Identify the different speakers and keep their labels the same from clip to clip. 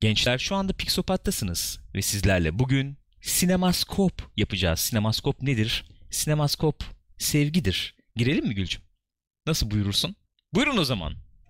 Speaker 1: Gençler, şu anda Pixopat'tasınız ve sizlerle bugün sinemaskop yapacağız. Sinemaskop nedir? Sinemaskop sevgidir. Girelim mi Gülcüm? Nasıl buyurursun? Buyurun o zaman.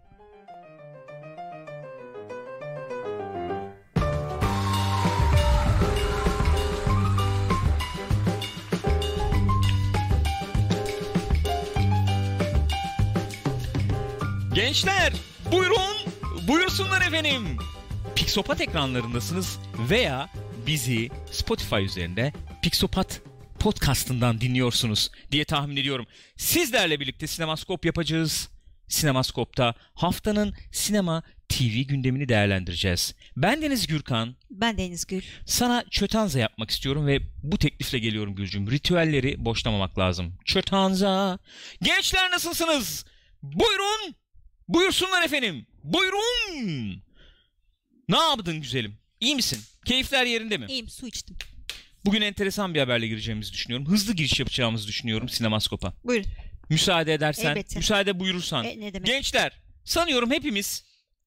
Speaker 1: Gençler, buyurun, buyursunlar efendim. Pixopat ekranlarındasınız veya bizi Spotify üzerinde Pixopat podcastından dinliyorsunuz diye tahmin ediyorum. Sizlerle birlikte sinemaskop yapacağız. Sinemaskop'ta haftanın sinema TV gündemini değerlendireceğiz. Ben Deniz Gürkan.
Speaker 2: Ben Deniz Gül.
Speaker 1: Sana çötanza yapmak istiyorum ve bu teklifle geliyorum Gülcüm. Ritüelleri boşlamamak lazım. Çötanza. Gençler nasılsınız? Buyurun. Buyursunlar efendim. Buyurun. Ne yaptın güzelim? İyi misin? Keyifler yerinde mi?
Speaker 2: İyiyim, su içtim.
Speaker 1: Bugün enteresan bir haberle gireceğimizi düşünüyorum. Hızlı giriş yapacağımızı düşünüyorum sinemaskopa.
Speaker 2: Buyurun.
Speaker 1: Müsaade edersen,
Speaker 2: Elbette.
Speaker 1: müsaade buyurursan.
Speaker 2: Ne demek?
Speaker 1: Gençler, sanıyorum hepimiz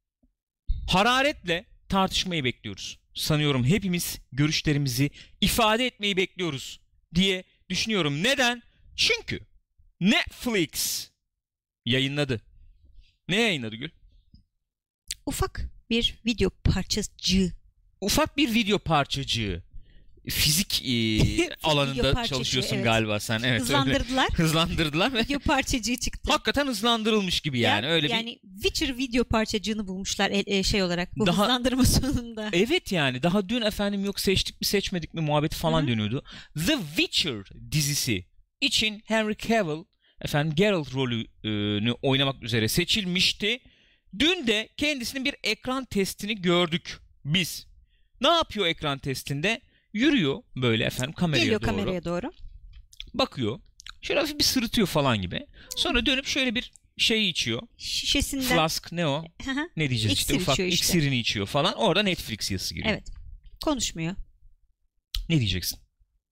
Speaker 1: hararetle tartışmayı bekliyoruz. Sanıyorum hepimiz görüşlerimizi ifade etmeyi bekliyoruz diye düşünüyorum. Neden? Çünkü Netflix yayınladı. Ne yayınladı Gül?
Speaker 2: Ufak bir video parçacığı.
Speaker 1: Ufak bir video parçacığı. Fizik alanında
Speaker 2: parçacığı,
Speaker 1: çalışıyorsun
Speaker 2: evet.
Speaker 1: galiba sen. Evet,
Speaker 2: Hızlandırdılar.
Speaker 1: Öyle. Hızlandırdılar ve
Speaker 2: Video parçacığı çıktı.
Speaker 1: hakikaten hızlandırılmış gibi yani. Öyle
Speaker 2: yani Witcher video parçacığını bulmuşlar şey olarak. Bu
Speaker 1: Daha-
Speaker 2: hızlandırma sonunda.
Speaker 1: Evet yani daha dün efendim yok seçtik mi seçmedik mi muhabbeti falan dönüyordu. The Witcher dizisi için Henry Cavill efendim Geralt rolünü oynamak üzere seçilmişti. Dün de kendisinin bir ekran testini gördük biz. Ne yapıyor ekran testinde? Yürüyor böyle efendim
Speaker 2: Geliyor
Speaker 1: doğru.
Speaker 2: kameraya doğru.
Speaker 1: Bakıyor. Şöyle hafif bir sırıtıyor falan gibi. Sonra dönüp şöyle bir şey içiyor.
Speaker 2: Şişesinden.
Speaker 1: Flask ne o? Ne diyeceğiz işte
Speaker 2: İksir
Speaker 1: ufak
Speaker 2: içiyor işte.
Speaker 1: iksirini içiyor falan. Orada Netflix yazısı giriyor.
Speaker 2: Evet. Konuşmuyor.
Speaker 1: Ne diyeceksin?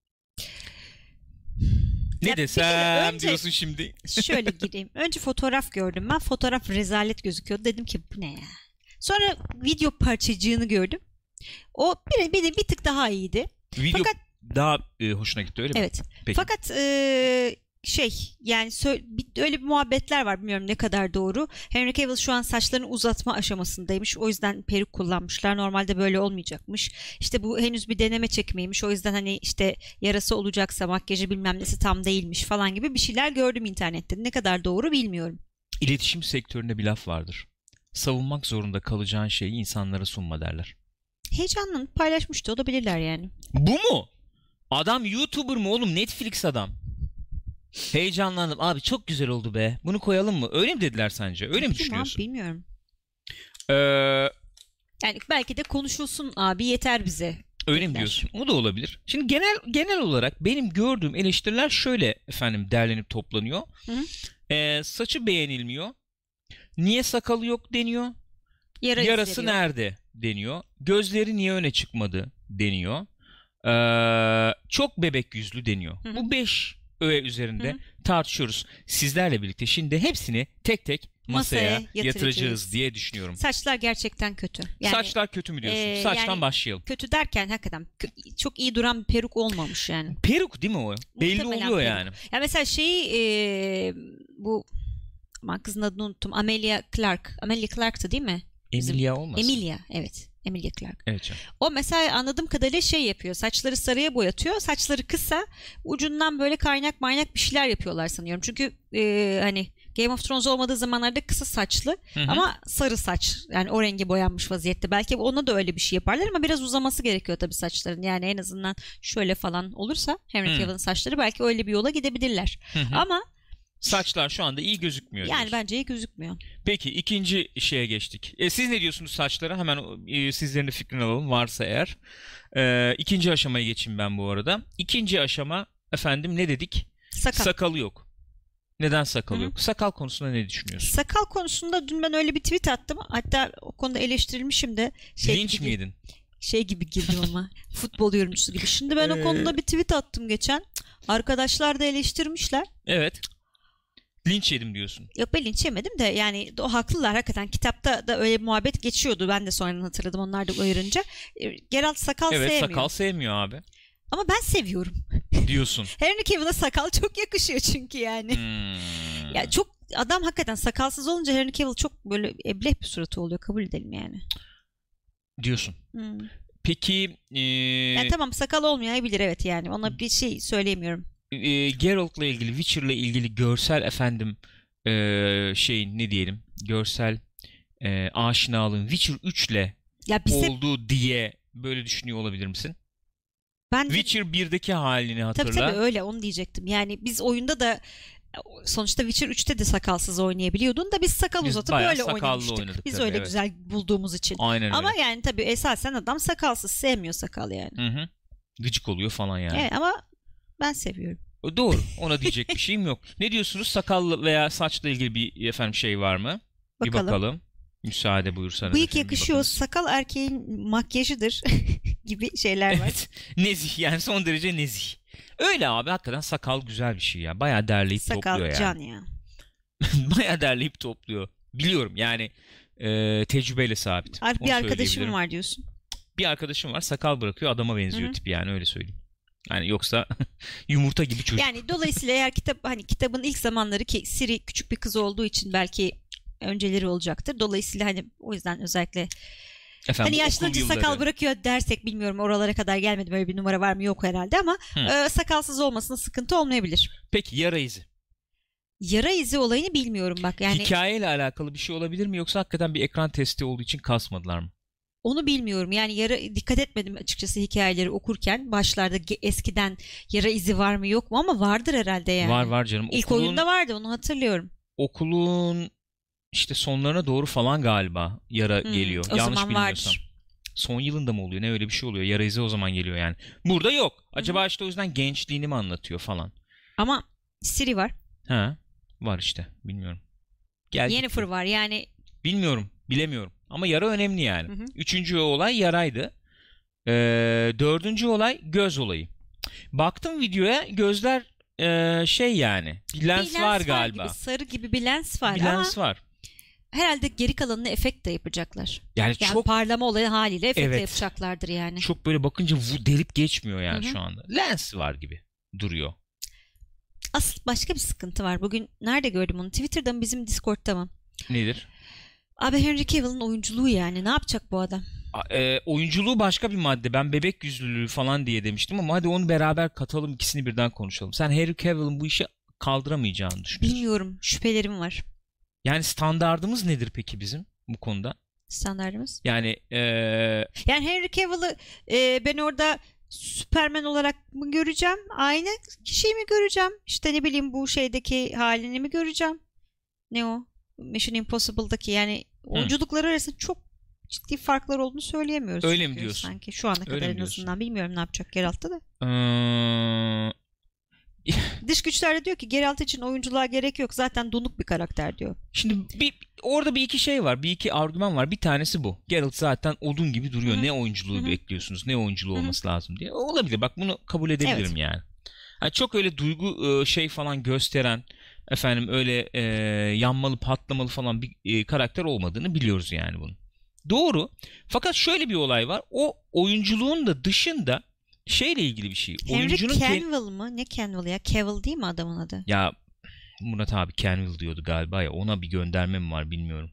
Speaker 1: Ne
Speaker 2: Ya bir
Speaker 1: desem
Speaker 2: kere önce-
Speaker 1: diyorsun şimdi.
Speaker 2: Şöyle gireyim. Önce fotoğraf gördüm ben. Fotoğraf rezalet gözüküyordu. Dedim ki bu ne ya? Sonra video parçacığını gördüm. O bir tık daha iyiydi.
Speaker 1: Video
Speaker 2: Fakat-
Speaker 1: daha hoşuna gitti öyle mi?
Speaker 2: Evet.
Speaker 1: Peki.
Speaker 2: Fakat yani öyle bir muhabbetler var, bilmiyorum ne kadar doğru. Henry Cavill şu an saçlarını uzatma aşamasındaymış. O yüzden peruk kullanmışlar. Normalde böyle olmayacakmış. İşte bu henüz bir deneme çekimiymiş. O yüzden hani işte yarası olacaksa makyajı bilmem nesi tam değilmiş falan gibi bir şeyler gördüm internette. Ne kadar doğru bilmiyorum.
Speaker 1: İletişim sektöründe bir laf vardır. Savunmak zorunda kalacağın şeyi insanlara sunma derler.
Speaker 2: Heyecanlanıp paylaşmış da olabilirler yani.
Speaker 1: Bu mu? Adam YouTuber mı oğlum? Netflix adam. Heyecanlandım. Abi çok güzel oldu be. Bunu koyalım mı? Öyle mi dediler sence? Öyle mi
Speaker 2: Bilmem,
Speaker 1: düşünüyorsun?
Speaker 2: bilmiyorum.
Speaker 1: Ee,
Speaker 2: Yani belki de konuşulsun abi, yeter bize.
Speaker 1: Öyle mi
Speaker 2: dediler.
Speaker 1: diyorsun? O da olabilir. Şimdi genel olarak benim gördüğüm eleştiriler şöyle efendim derlenip toplanıyor. Saçı beğenilmiyor. Niye sakalı yok deniyor. Yarası
Speaker 2: izleniyor.
Speaker 1: nerede deniyor. Gözleri niye öne çıkmadı deniyor. Çok bebek yüzlü deniyor.
Speaker 2: Hı hı.
Speaker 1: Bu 5 öğe üzerinde
Speaker 2: Hı hı.
Speaker 1: tartışıyoruz. Sizlerle birlikte şimdi hepsini tek tek masaya
Speaker 2: Masaya
Speaker 1: yatıracağız diye düşünüyorum.
Speaker 2: Saçlar gerçekten kötü. Yani
Speaker 1: Saçlar kötü mü diyorsun? Saçtan
Speaker 2: yani
Speaker 1: başlayalım.
Speaker 2: kötü derken hakikaten çok iyi duran bir peruk olmamış yani.
Speaker 1: Peruk değil mi o? Belli
Speaker 2: Muhtemelen
Speaker 1: oluyor
Speaker 2: peruk.
Speaker 1: yani.
Speaker 2: Ya mesela bu aman kızın adını unuttum. Amelia Clark'tı değil mi?
Speaker 1: Emilia olmasın?
Speaker 2: Emilia, evet. Emilia Clarke.
Speaker 1: Evet canım.
Speaker 2: O mesela anladığım kadarıyla şey yapıyor. Saçları sarıya boyatıyor. Saçları kısa. Ucundan böyle kaynak bir şeyler yapıyorlar sanıyorum. Çünkü hani Game of Thrones olmadığı zamanlarda kısa saçlı ama sarı saç. Yani o renge boyanmış vaziyette. Belki ona da öyle bir şey yaparlar ama biraz uzaması gerekiyor tabii saçların. Yani en azından şöyle falan olursa Henry Cavill'ın saçları belki öyle bir yola gidebilirler. Ama
Speaker 1: saçlar şu anda iyi gözükmüyor.
Speaker 2: yani
Speaker 1: diyorsun.
Speaker 2: bence iyi gözükmüyor.
Speaker 1: Peki ikinci şeye geçtik. Siz ne diyorsunuz saçlara? Hemen sizlerin de fikrini alalım varsa eğer. İkinci aşamaya geçeyim ben bu arada. İkinci aşama efendim ne dedik? Sakalı yok. Neden sakalı yok? Sakal konusunda ne düşünüyorsun?
Speaker 2: Sakal konusunda dün ben öyle bir tweet attım. Hatta o konuda eleştirilmişim de.
Speaker 1: Linç mi yedin?
Speaker 2: Şey gibi girdim ama futbol yorumcusu gibi. Şimdi ben o konuda bir tweet attım geçen. Arkadaşlar da eleştirmişler.
Speaker 1: Evet. Linç yedim diyorsun.
Speaker 2: Yok, ben linç yemedim de yani o haklılar hakikaten. Kitapta da öyle bir muhabbet geçiyordu. Ben de sonradan hatırladım onlar da uyarınca. Geralt sakal
Speaker 1: Evet,
Speaker 2: sevmiyor.
Speaker 1: sakal sevmiyor abi.
Speaker 2: Ama ben seviyorum.
Speaker 1: Diyorsun.
Speaker 2: Henry Cavill'a sakal çok yakışıyor çünkü yani. Ya çok adam hakikaten sakalsız olunca Henry Cavill çok böyle ebleh bir suratı oluyor, kabul edelim yani.
Speaker 1: Diyorsun. Peki
Speaker 2: yani tamam, sakal olmayabilir evet yani. Ona bir şey söyleyemiyorum.
Speaker 1: Geralt'la ilgili, Witcher'la ilgili görsel ne diyelim, görsel aşinalığın Witcher 3'le oldu diye böyle düşünüyor olabilir misin?
Speaker 2: Ben
Speaker 1: Witcher 1'deki halini hatırla.
Speaker 2: Tabii öyle, onu diyecektim. Yani biz oyunda da sonuçta Witcher 3'te de sakalsız oynayabiliyordun da biz sakal uzatıp öyle oynamıştık. Biz öyle güzel bulduğumuz için.
Speaker 1: Aynen
Speaker 2: ama
Speaker 1: öyle.
Speaker 2: yani tabii esasen adam sakalsız, sevmiyor sakal yani.
Speaker 1: Hı. Gıcık oluyor falan yani.
Speaker 2: Evet, ama ben seviyorum.
Speaker 1: Doğru. Ona diyecek bir şeyim yok. Ne diyorsunuz? Sakal veya saçla ilgili bir şey var mı? Bir bakalım. Müsaade buyursanız.
Speaker 2: Bıyık yakışıyor. Sakal erkeğin makyajıdır gibi şeyler var. Evet.
Speaker 1: Nezih, yani son derece nezih. Öyle abi, hakikaten sakal güzel bir şey ya. Bayağı derleyip topluyor yani.
Speaker 2: Sakal can ya.
Speaker 1: Bayağı derleyip topluyor. Biliyorum yani, tecrübeyle sabit.
Speaker 2: Bir arkadaşım var diyorsun.
Speaker 1: Bir arkadaşım var, sakal bırakıyor, adama benziyor tipi yani, öyle söyleyeyim. Yani yoksa yumurta gibi çocuk.
Speaker 2: Yani dolayısıyla eğer kitabın ilk zamanları, ki Ciri küçük bir kız olduğu için belki önceleri olacaktır. Dolayısıyla hani o yüzden özellikle hani yaşlanınca sakal bırakıyor dersek, bilmiyorum, oralara kadar gelmedim, öyle bir numara var mı yok herhalde, ama sakalsız olmasına sıkıntı olmayabilir.
Speaker 1: Peki yara izi?
Speaker 2: Yara izi olayını bilmiyorum bak yani.
Speaker 1: Hikayeyle alakalı bir şey olabilir mi, yoksa hakikaten bir ekran testi olduğu için kasmadılar mı?
Speaker 2: Onu bilmiyorum yani, dikkat etmedim açıkçası hikayeleri okurken. Başlarda eskiden yara izi var mı yok mu, ama vardır herhalde yani.
Speaker 1: Var canım.
Speaker 2: İlk oyunda vardı, onu hatırlıyorum.
Speaker 1: Okulun işte sonlarına doğru falan galiba yara geliyor. Yanlış bilmiyorsam. Vardır. Son yılında mı oluyor? Ne, öyle bir şey oluyor. Yara izi o zaman geliyor yani. Burada yok. Acaba işte o yüzden gençliğini mi anlatıyor falan.
Speaker 2: Ama Ciri var.
Speaker 1: Var işte. Bilmiyorum.
Speaker 2: Yennefer var yani.
Speaker 1: Bilemiyorum. Ama yara önemli yani. Üçüncü olay yaraydı. Dördüncü olay göz olayı. Baktım videoya, gözler yani. Bir lens var galiba.
Speaker 2: Gibi, sarı gibi bir lens var.
Speaker 1: Bir lens var.
Speaker 2: Herhalde geri kalanını efekt de yapacaklar.
Speaker 1: Yani çok
Speaker 2: parlama olayı haliyle efekt de yapacaklardır yani.
Speaker 1: Çok böyle bakınca delip geçmiyor yani şu anda. Lens var gibi duruyor.
Speaker 2: Asıl başka bir sıkıntı var. Bugün nerede gördüm onu? Twitter'da mı, bizim Discord'da mı?
Speaker 1: Nedir?
Speaker 2: Abi Henry Cavill'ın oyunculuğu yani. Ne yapacak bu adam?
Speaker 1: Oyunculuğu başka bir madde. Ben bebek yüzlülüğü falan diye demiştim ama hadi onu beraber katalım, ikisini birden konuşalım. Sen Henry Cavill'ın bu işi kaldıramayacağını düşünüyorsun.
Speaker 2: Bilmiyorum. Şüphelerim var.
Speaker 1: Yani standardımız nedir peki bizim bu konuda?
Speaker 2: Standardımız?
Speaker 1: Yani
Speaker 2: yani Henry Cavill'ı ben orada Superman olarak mı göreceğim? Aynı kişiyi mi göreceğim? İşte ne bileyim, bu şeydeki halini mi göreceğim? Ne o? Mission Impossible'daki yani oyunculukları arasında çok ciddi farklar olduğunu söyleyemiyoruz.
Speaker 1: Öyle mi diyorsun?
Speaker 2: Sanki şu ana kadar en azından. Bilmiyorum ne yapacak Geralt'ta da. Dış güçler de diyor ki Geralt için oyunculuğa gerek yok. Zaten donuk bir karakter diyor.
Speaker 1: Şimdi orada bir iki şey var. Bir iki argüman var. Bir tanesi bu. Geralt zaten odun gibi duruyor. Ne oyunculuğu bekliyorsunuz? Ne oyunculuğu olması lazım diye. Olabilir. Bak, bunu kabul edebilirim yani. Çok öyle duygu falan gösteren, öyle yanmalı, patlamalı falan bir karakter olmadığını biliyoruz yani bunun. Doğru. Fakat şöyle bir olay var. O oyunculuğun da dışında şeyle ilgili bir şey.
Speaker 2: Henry Cavill mı? Ne Cavill ya? Cavill değil mi adamın adı?
Speaker 1: Ya Murat abi Cavill diyordu galiba ya. Ona bir gönderme mi var bilmiyorum.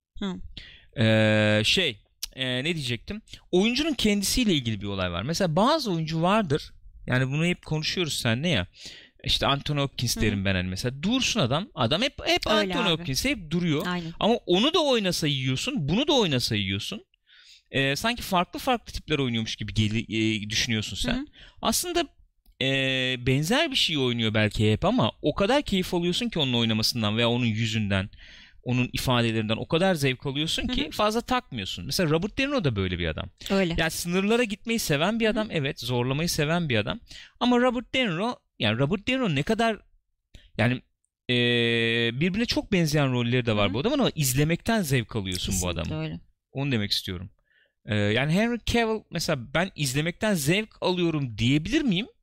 Speaker 1: Ne diyecektim? Oyuncunun kendisiyle ilgili bir olay var. Mesela bazı oyuncu vardır. Yani bunu hep konuşuyoruz seninle ya. İşte Anthony Hopkins derim ben hani mesela. Dursun adam hep Anthony Hopkins hep duruyor.
Speaker 2: Aynen.
Speaker 1: Ama onu da oynasa yiyorsun, bunu da oynasa yiyorsun. Sanki farklı tipler oynuyormuş gibi düşünüyorsun sen. Aslında benzer bir şey oynuyor belki hep, ama o kadar keyif alıyorsun ki onun oynamasından veya onun yüzünden, onun ifadelerinden o kadar zevk alıyorsun ki fazla takmıyorsun. Mesela Robert De Niro da böyle bir adam.
Speaker 2: Öyle.
Speaker 1: Yani sınırlara gitmeyi seven bir adam. Evet, zorlamayı seven bir adam. Ama Robert De Niro ne kadar yani birbirine çok benzeyen rolleri de var bu adamın, ama izlemekten zevk alıyorsun. Kesinlikle bu adamı.
Speaker 2: Öyle.
Speaker 1: Onu demek istiyorum. Yani Henry Cavill mesela ben izlemekten zevk alıyorum diyebilir miyim?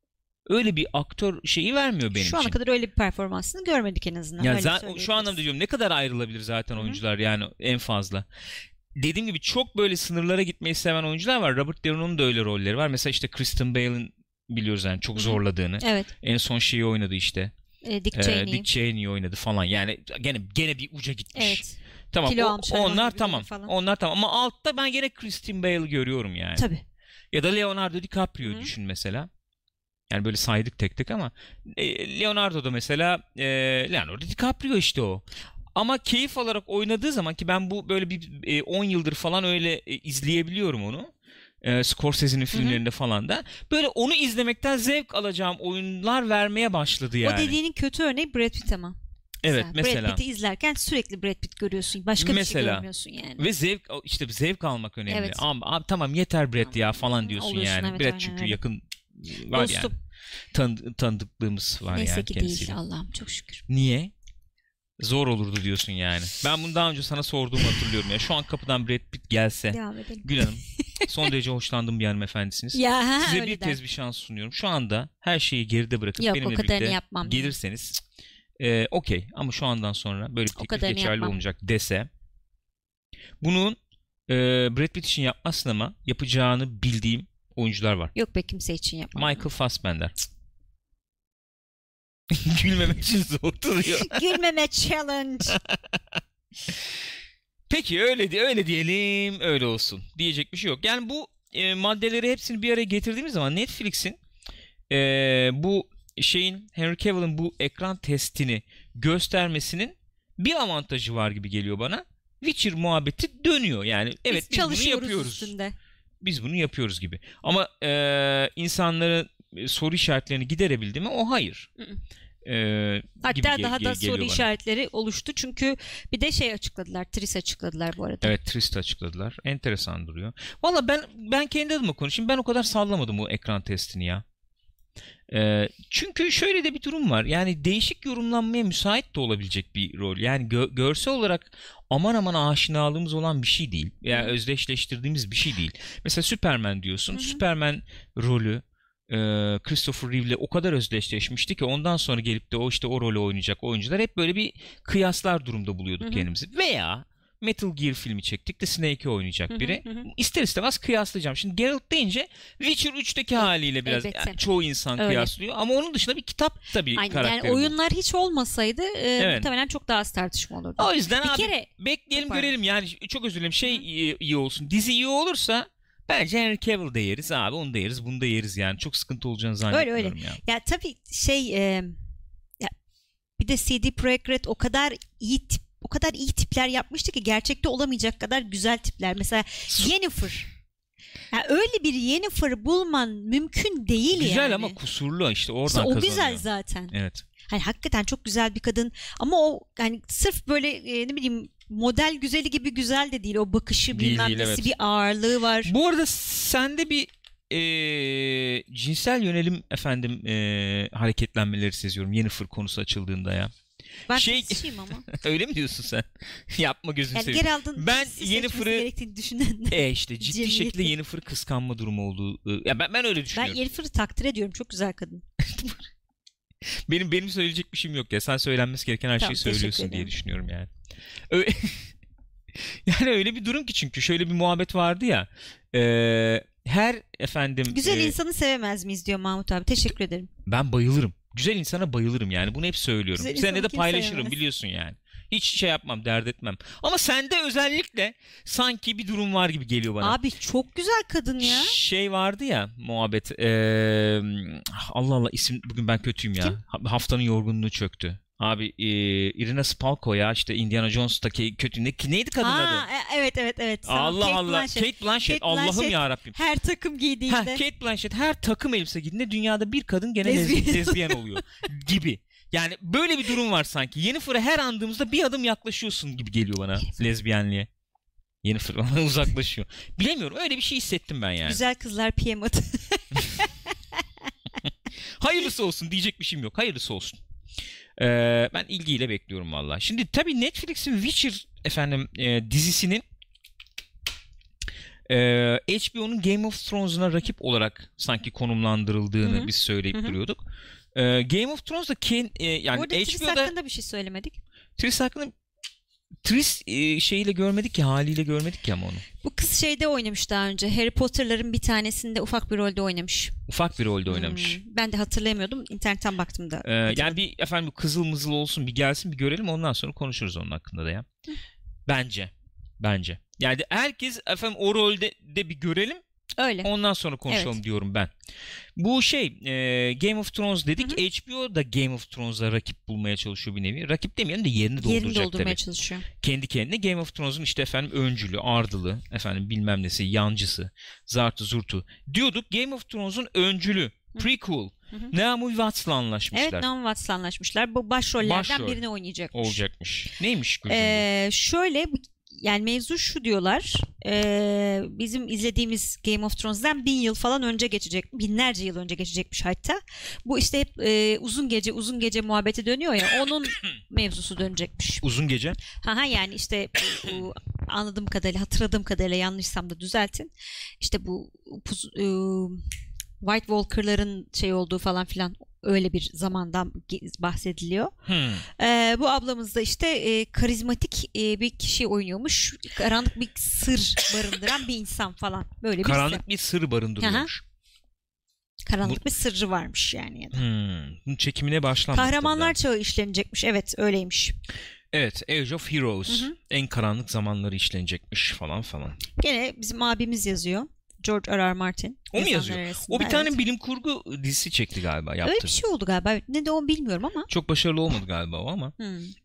Speaker 1: öyle bir aktör şeyi vermiyor benim
Speaker 2: Şu ana
Speaker 1: için.
Speaker 2: kadar öyle bir performansını görmedik en azından.
Speaker 1: Yani şu anlamda diyorum, ne kadar ayrılabilir zaten
Speaker 2: Hı-hı.
Speaker 1: oyuncular yani en fazla. Dediğim gibi çok böyle sınırlara gitmeyi seven oyuncular var. Robert De Niro'nun da öyle rolleri var. Mesela işte Kristen Bale'in biliyoruz yani çok zorladığını.
Speaker 2: Evet.
Speaker 1: En son şeyi oynadı işte.
Speaker 2: Dick
Speaker 1: Cheney oynadı falan. Yani gene bir uca gitmiş.
Speaker 2: Evet.
Speaker 1: Tamam. Onlar tamam.
Speaker 2: Falan.
Speaker 1: Onlar tamam ama altta ben gene Kristen Bale'ı görüyorum yani.
Speaker 2: Tabii.
Speaker 1: Ya da Leonardo DiCaprio düşün mesela. Yani böyle saydık tek tek ama Leonardo da mesela Leonardo DiCaprio işte o. Ama keyif alarak oynadığı zaman, ki ben bu böyle bir 10 yıldır falan öyle izleyebiliyorum onu. Scorsese'nin filmlerinde falan da. Böyle onu izlemekten zevk alacağım oyunlar vermeye başladı yani.
Speaker 2: O dediğinin kötü örneği Brad Pitt ama.
Speaker 1: Evet mesela.
Speaker 2: Brad Pitt'i izlerken sürekli Brad Pitt görüyorsun. Başka bir şey görmüyorsun yani.
Speaker 1: Ve zevk almak önemli. Evet. Abi, tamam yeter Brad ya falan diyorsun oluyorsun, yani. Evet, Brad çünkü öyle. Yakın var dostum. Yani. Tanıdıklığımız var.
Speaker 2: Neyse
Speaker 1: yani
Speaker 2: ki
Speaker 1: kendisiyle.
Speaker 2: Değil Allah'ım çok şükür.
Speaker 1: Niye? Zor olurdu diyorsun yani. Ben bunu daha önce sana sorduğumu hatırlıyorum ya. Şu an kapıdan Brad Pitt gelse. Gül Hanım, son derece hoşlandığım bir hanımefendisiniz. Size bir kez bir şans sunuyorum. Şu anda her şeyi geride bırakıp benimle birlikte gelirseniz okey. Ama şu andan sonra böyle bir teklif geçerli olmayacak dese, bunun Brad Pitt için yapmazsın ama yapacağını bildiğim oyuncular var.
Speaker 2: Yok be, kimse için yapmam.
Speaker 1: Michael Fassbender. Gülmemek için zor duruyor.
Speaker 2: Gülmeme challenge.
Speaker 1: Peki öyle diyelim, öyle olsun. Diyecek bir şey yok. Yani bu maddeleri hepsini bir araya getirdiğimiz zaman Netflix'in bu şeyin, Henry Cavill'ın bu ekran testini göstermesinin bir avantajı var gibi geliyor bana. Witcher muhabbeti dönüyor yani. Evet, biz bunu yapıyoruz. Üstünde. Biz bunu yapıyoruz gibi. Ama insanların soru işaretlerini giderebildi mi? O hayır.
Speaker 2: Hatta daha da soru işaretleri oluştu. Çünkü bir de şey açıkladılar. Tris açıkladılar bu arada.
Speaker 1: Evet, Tris açıkladılar. Enteresan duruyor. Valla ben kendi adıma konuşayım. Ben o kadar sallamadım o ekran testini ya. Çünkü şöyle de bir durum var. Yani değişik yorumlanmaya müsait de olabilecek bir rol. Yani görsel olarak aman aşinalığımız olan bir şey değil. Yani özdeşleştirdiğimiz bir şey değil. Mesela Superman diyorsun. Superman rolü Christopher Reeve'le o kadar özdeşleşmişti ki ondan sonra gelip de o rolü oynayacak oyuncular hep böyle bir kıyaslar durumda buluyorduk kendimizi. Veya Metal Gear filmi çektik de Snake'i oynayacak biri. İster istemez kıyaslayacağım. Şimdi Geralt deyince Witcher 3'teki haliyle biraz çoğu insan kıyaslıyor. Ama onun dışında bir kitap da bir karakteri.
Speaker 2: Yani oyunlar hiç olmasaydı muhtemelen çok daha az tartışma olurdu.
Speaker 1: O yüzden bekleyelim görelim. Yani çok özür dilerim. İyi olsun. Dizi iyi olursa bence Henry Cavill de yeriz abi. Onu da yeriz. Bunu da yeriz yani. Çok sıkıntı olacağını zannetmiyorum.
Speaker 2: Öyle. Ya tabii bir de CD Projekt Red o kadar iyi tipler yapmıştı ki gerçekte olamayacak kadar güzel tipler. Mesela Yennefer. Yani öyle bir Yennefer bulman mümkün değil
Speaker 1: güzel
Speaker 2: yani.
Speaker 1: Güzel ama kusurlu işte oradan kazanıyor.
Speaker 2: O güzel zaten.
Speaker 1: Evet.
Speaker 2: Hani hakikaten çok güzel bir kadın ama o hani sırf böyle ne bileyim model güzeli gibi güzel de değil. O bakışı bilmem nesi bir ağırlığı var.
Speaker 1: Bu arada sende bir cinsel yönelim hareketlenmeleri seziyorum Yennefer konusu açıldığında ya.
Speaker 2: Ben ama.
Speaker 1: Öyle mi diyorsun sen? Yapma gözünü seveyim. Ben Yennefer'ı işte ciddi şekilde Yennefer'ı kıskanma durumu olduğu. Ya ben öyle düşünüyorum.
Speaker 2: Ben Yennefer'ı takdir ediyorum. Çok güzel kadın.
Speaker 1: benim söyleyecek bir şeyim yok ya. Sen söylenmesi gereken her şeyi söylüyorsun diye düşünüyorum yani. Yani öyle bir durum ki, çünkü şöyle bir muhabbet vardı ya.
Speaker 2: Güzel insanı sevemez miyiz diyor Mahmut abi. Teşekkür ederim.
Speaker 1: Ben bayılırım. Güzel insana bayılırım yani. Bunu hep söylüyorum. Seninle de paylaşırım sevmez. Biliyorsun yani. Hiç şey yapmam, dert etmem. Ama sende özellikle sanki bir durum var gibi geliyor bana.
Speaker 2: Abi çok güzel kadın ya.
Speaker 1: Şey vardı ya muhabbet. Allah isim bugün ben kötüyüm ya. Kim? Haftanın yorgunluğu çöktü. Abi Irina Spalko ya, işte Indiana Jones'taki kötü neydi kadın adı?
Speaker 2: Evet.
Speaker 1: Allah. Kate Blanchett. Allah'ım ya Rabbim.
Speaker 2: Her takım giydiğinde.
Speaker 1: Kate Blanchett her takım elbise giydiğinde dünyada bir kadın gene lezbiyen oluyor gibi. Yani böyle bir durum var sanki. Yennefer'a her andığımızda bir adım yaklaşıyorsun gibi geliyor bana lezbiyenliğe. Yennefer bana uzaklaşıyor. Bilemiyorum, öyle bir şey hissettim ben yani.
Speaker 2: Güzel kızlar PM adı.
Speaker 1: Hayırlısı olsun, diyecek bir şeyim yok. Hayırlısı olsun. Ben ilgiyle bekliyorum vallahi. Şimdi tabii Netflix'in Witcher dizisinin HBO'nun Game of Thrones'una rakip olarak sanki konumlandırıldığını biz söyleyip duruyorduk. Game of Thrones'da yani
Speaker 2: burada
Speaker 1: HBO'da...
Speaker 2: Triss hakkında bir şey söylemedik.
Speaker 1: Triss hakkında... Triss şeyiyle görmedik ki, haliyle görmedik ki ama onu.
Speaker 2: Bu kız şeyde oynamış daha önce. Harry Potter'ların bir tanesinde ufak bir rolde oynamış.
Speaker 1: Ufak bir rolde oynamış.
Speaker 2: Ben de hatırlayamıyordum. İnternetten baktım da.
Speaker 1: Yani bir efendim kızıl mızıl olsun, bir gelsin, bir görelim, ondan sonra konuşuruz onun hakkında da ya. Bence. Yani herkes efendim o rolde de bir görelim.
Speaker 2: Öyle.
Speaker 1: Ondan sonra konuşalım diyorum ben. Bu Game of Thrones dedik. HBO da Game of Thrones'a rakip bulmaya çalışıyor bir nevi. Rakip demeyelim de yerini dolduracak
Speaker 2: doldurmaya
Speaker 1: tabii.
Speaker 2: Çalışıyor.
Speaker 1: Kendi kendine Game of Thrones'un işte efendim öncülü, ardılı, efendim bilmem nesi, yancısı, zartı zurtu diyorduk. Game of Thrones'un öncülü, prequel, Naomi Watts'la anlaşmışlar.
Speaker 2: Evet, Naomi Watts'la anlaşmışlar. Bu başrollerden birini oynayacakmış.
Speaker 1: Olacakmış. Neymiş?
Speaker 2: Şöyle, yani mevzu şu diyorlar. Bizim izlediğimiz Game of Thrones'dan 1000 yıl falan önce geçecek. Binlerce yıl önce geçecekmiş hatta. Bu işte hep uzun gece muhabbeti dönüyor ya. Onun mevzusu dönecekmiş.
Speaker 1: Uzun gece?
Speaker 2: Yani işte bu anladığım kadarıyla, hatırladığım kadarıyla, yanlışsam da düzeltin. İşte bu White Walker'ların olduğu falan filan, öyle bir zamandan bahsediliyor. Bu ablamız da işte karizmatik bir kişi oynuyormuş. Karanlık bir sır barındıran bir insan falan. Böyle bir
Speaker 1: karanlık bir sır barındırıyormuş.
Speaker 2: Karanlık bir sırrı varmış yani.
Speaker 1: Bunun çekimine başlandı.
Speaker 2: Kahramanlar Çağı işlenecekmiş. Evet, öyleymiş.
Speaker 1: Evet, Age of Heroes. En karanlık zamanları işlenecekmiş falan.
Speaker 2: Gene bizim abimiz yazıyor. George R.R. Martin.
Speaker 1: O mu yazıyor? O bir tane bilim kurgu dizisi çekti galiba. Yaptı.
Speaker 2: Öyle bir şey oldu galiba. Ne de o bilmiyorum ama.
Speaker 1: Çok başarılı olmadı galiba o ama.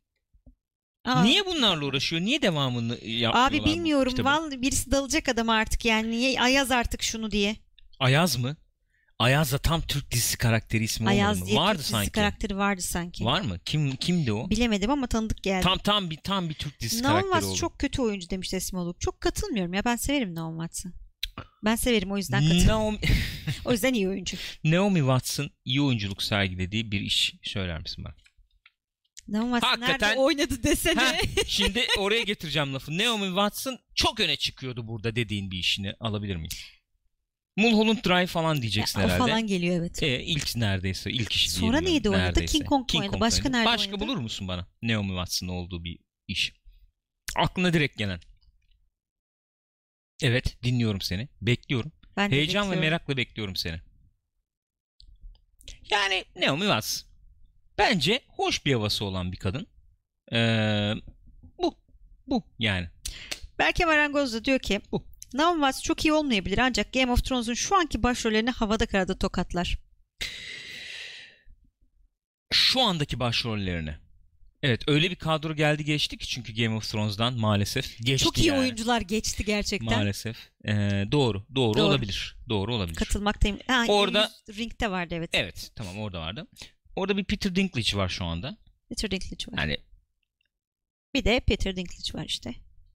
Speaker 1: Niye bunlarla uğraşıyor? Niye devamını yapmıyorlar?
Speaker 2: Abi bilmiyorum. Vallahi birisi dalacak adama artık yani. Niye Ayaz artık şunu diye.
Speaker 1: Ayaz mı? Ayaz da tam Türk dizisi karakteri ismi
Speaker 2: Ayaz
Speaker 1: olmadı mı? Vardı
Speaker 2: Türk
Speaker 1: sanki.
Speaker 2: Dizisi karakteri vardı sanki.
Speaker 1: Var mı? Kimdi o?
Speaker 2: Bilemedim ama tanıdık geldi.
Speaker 1: Tam bir Türk dizisi karakteri oldu.
Speaker 2: Watts çok kötü oyuncu demiş Esmoluk. Çok katılmıyorum ya. Ben severim Naomi Watts'ı. Ben severim, o yüzden katılıyorum. O yüzden iyi oyuncu.
Speaker 1: Naomi Watts'ın iyi oyunculuk sergilediği bir iş söyler misin bana?
Speaker 2: Naomi Watts nerede oynadı desene.
Speaker 1: Şimdi oraya getireceğim lafı. Naomi Watts'ın çok öne çıkıyordu burada dediğin bir işini alabilir miyiz? Mulholland Drive falan diyeceksin herhalde.
Speaker 2: O falan geliyor, evet.
Speaker 1: İlk neredeyse ilk iş diyelim.
Speaker 2: Sonra neydi oynadı? King Kong oynadı. Başka nerede
Speaker 1: oynadı? Başka bulur musun bana Naomi Watts'ın olduğu bir iş? Aklına direkt gelen. Evet, dinliyorum seni. Bekliyorum. Heyecan ve merakla bekliyorum seni. Yani Naomi Watts bence hoş bir havası olan bir kadın. Bu yani.
Speaker 2: Berke Marangoz da diyor ki Naomi Watts çok iyi olmayabilir ancak Game of Thrones'un şu anki başrollerini havada karada tokatlar.
Speaker 1: Şu andaki başrollerini. Evet, öyle bir kadro geldi geçti ki çünkü Game of Thrones'dan maalesef geçti.
Speaker 2: Çok iyi oyuncular geçti gerçekten.
Speaker 1: Maalesef. Doğru olabilir. Doğru olabilir.
Speaker 2: Katılmaktayım.
Speaker 1: Orada
Speaker 2: Ring'de vardı, evet.
Speaker 1: Evet, tamam, orada vardı. Orada bir Peter Dinklage var şu anda.
Speaker 2: Peter Dinklage var.
Speaker 1: Yani
Speaker 2: bir de Peter Dinklage var işte.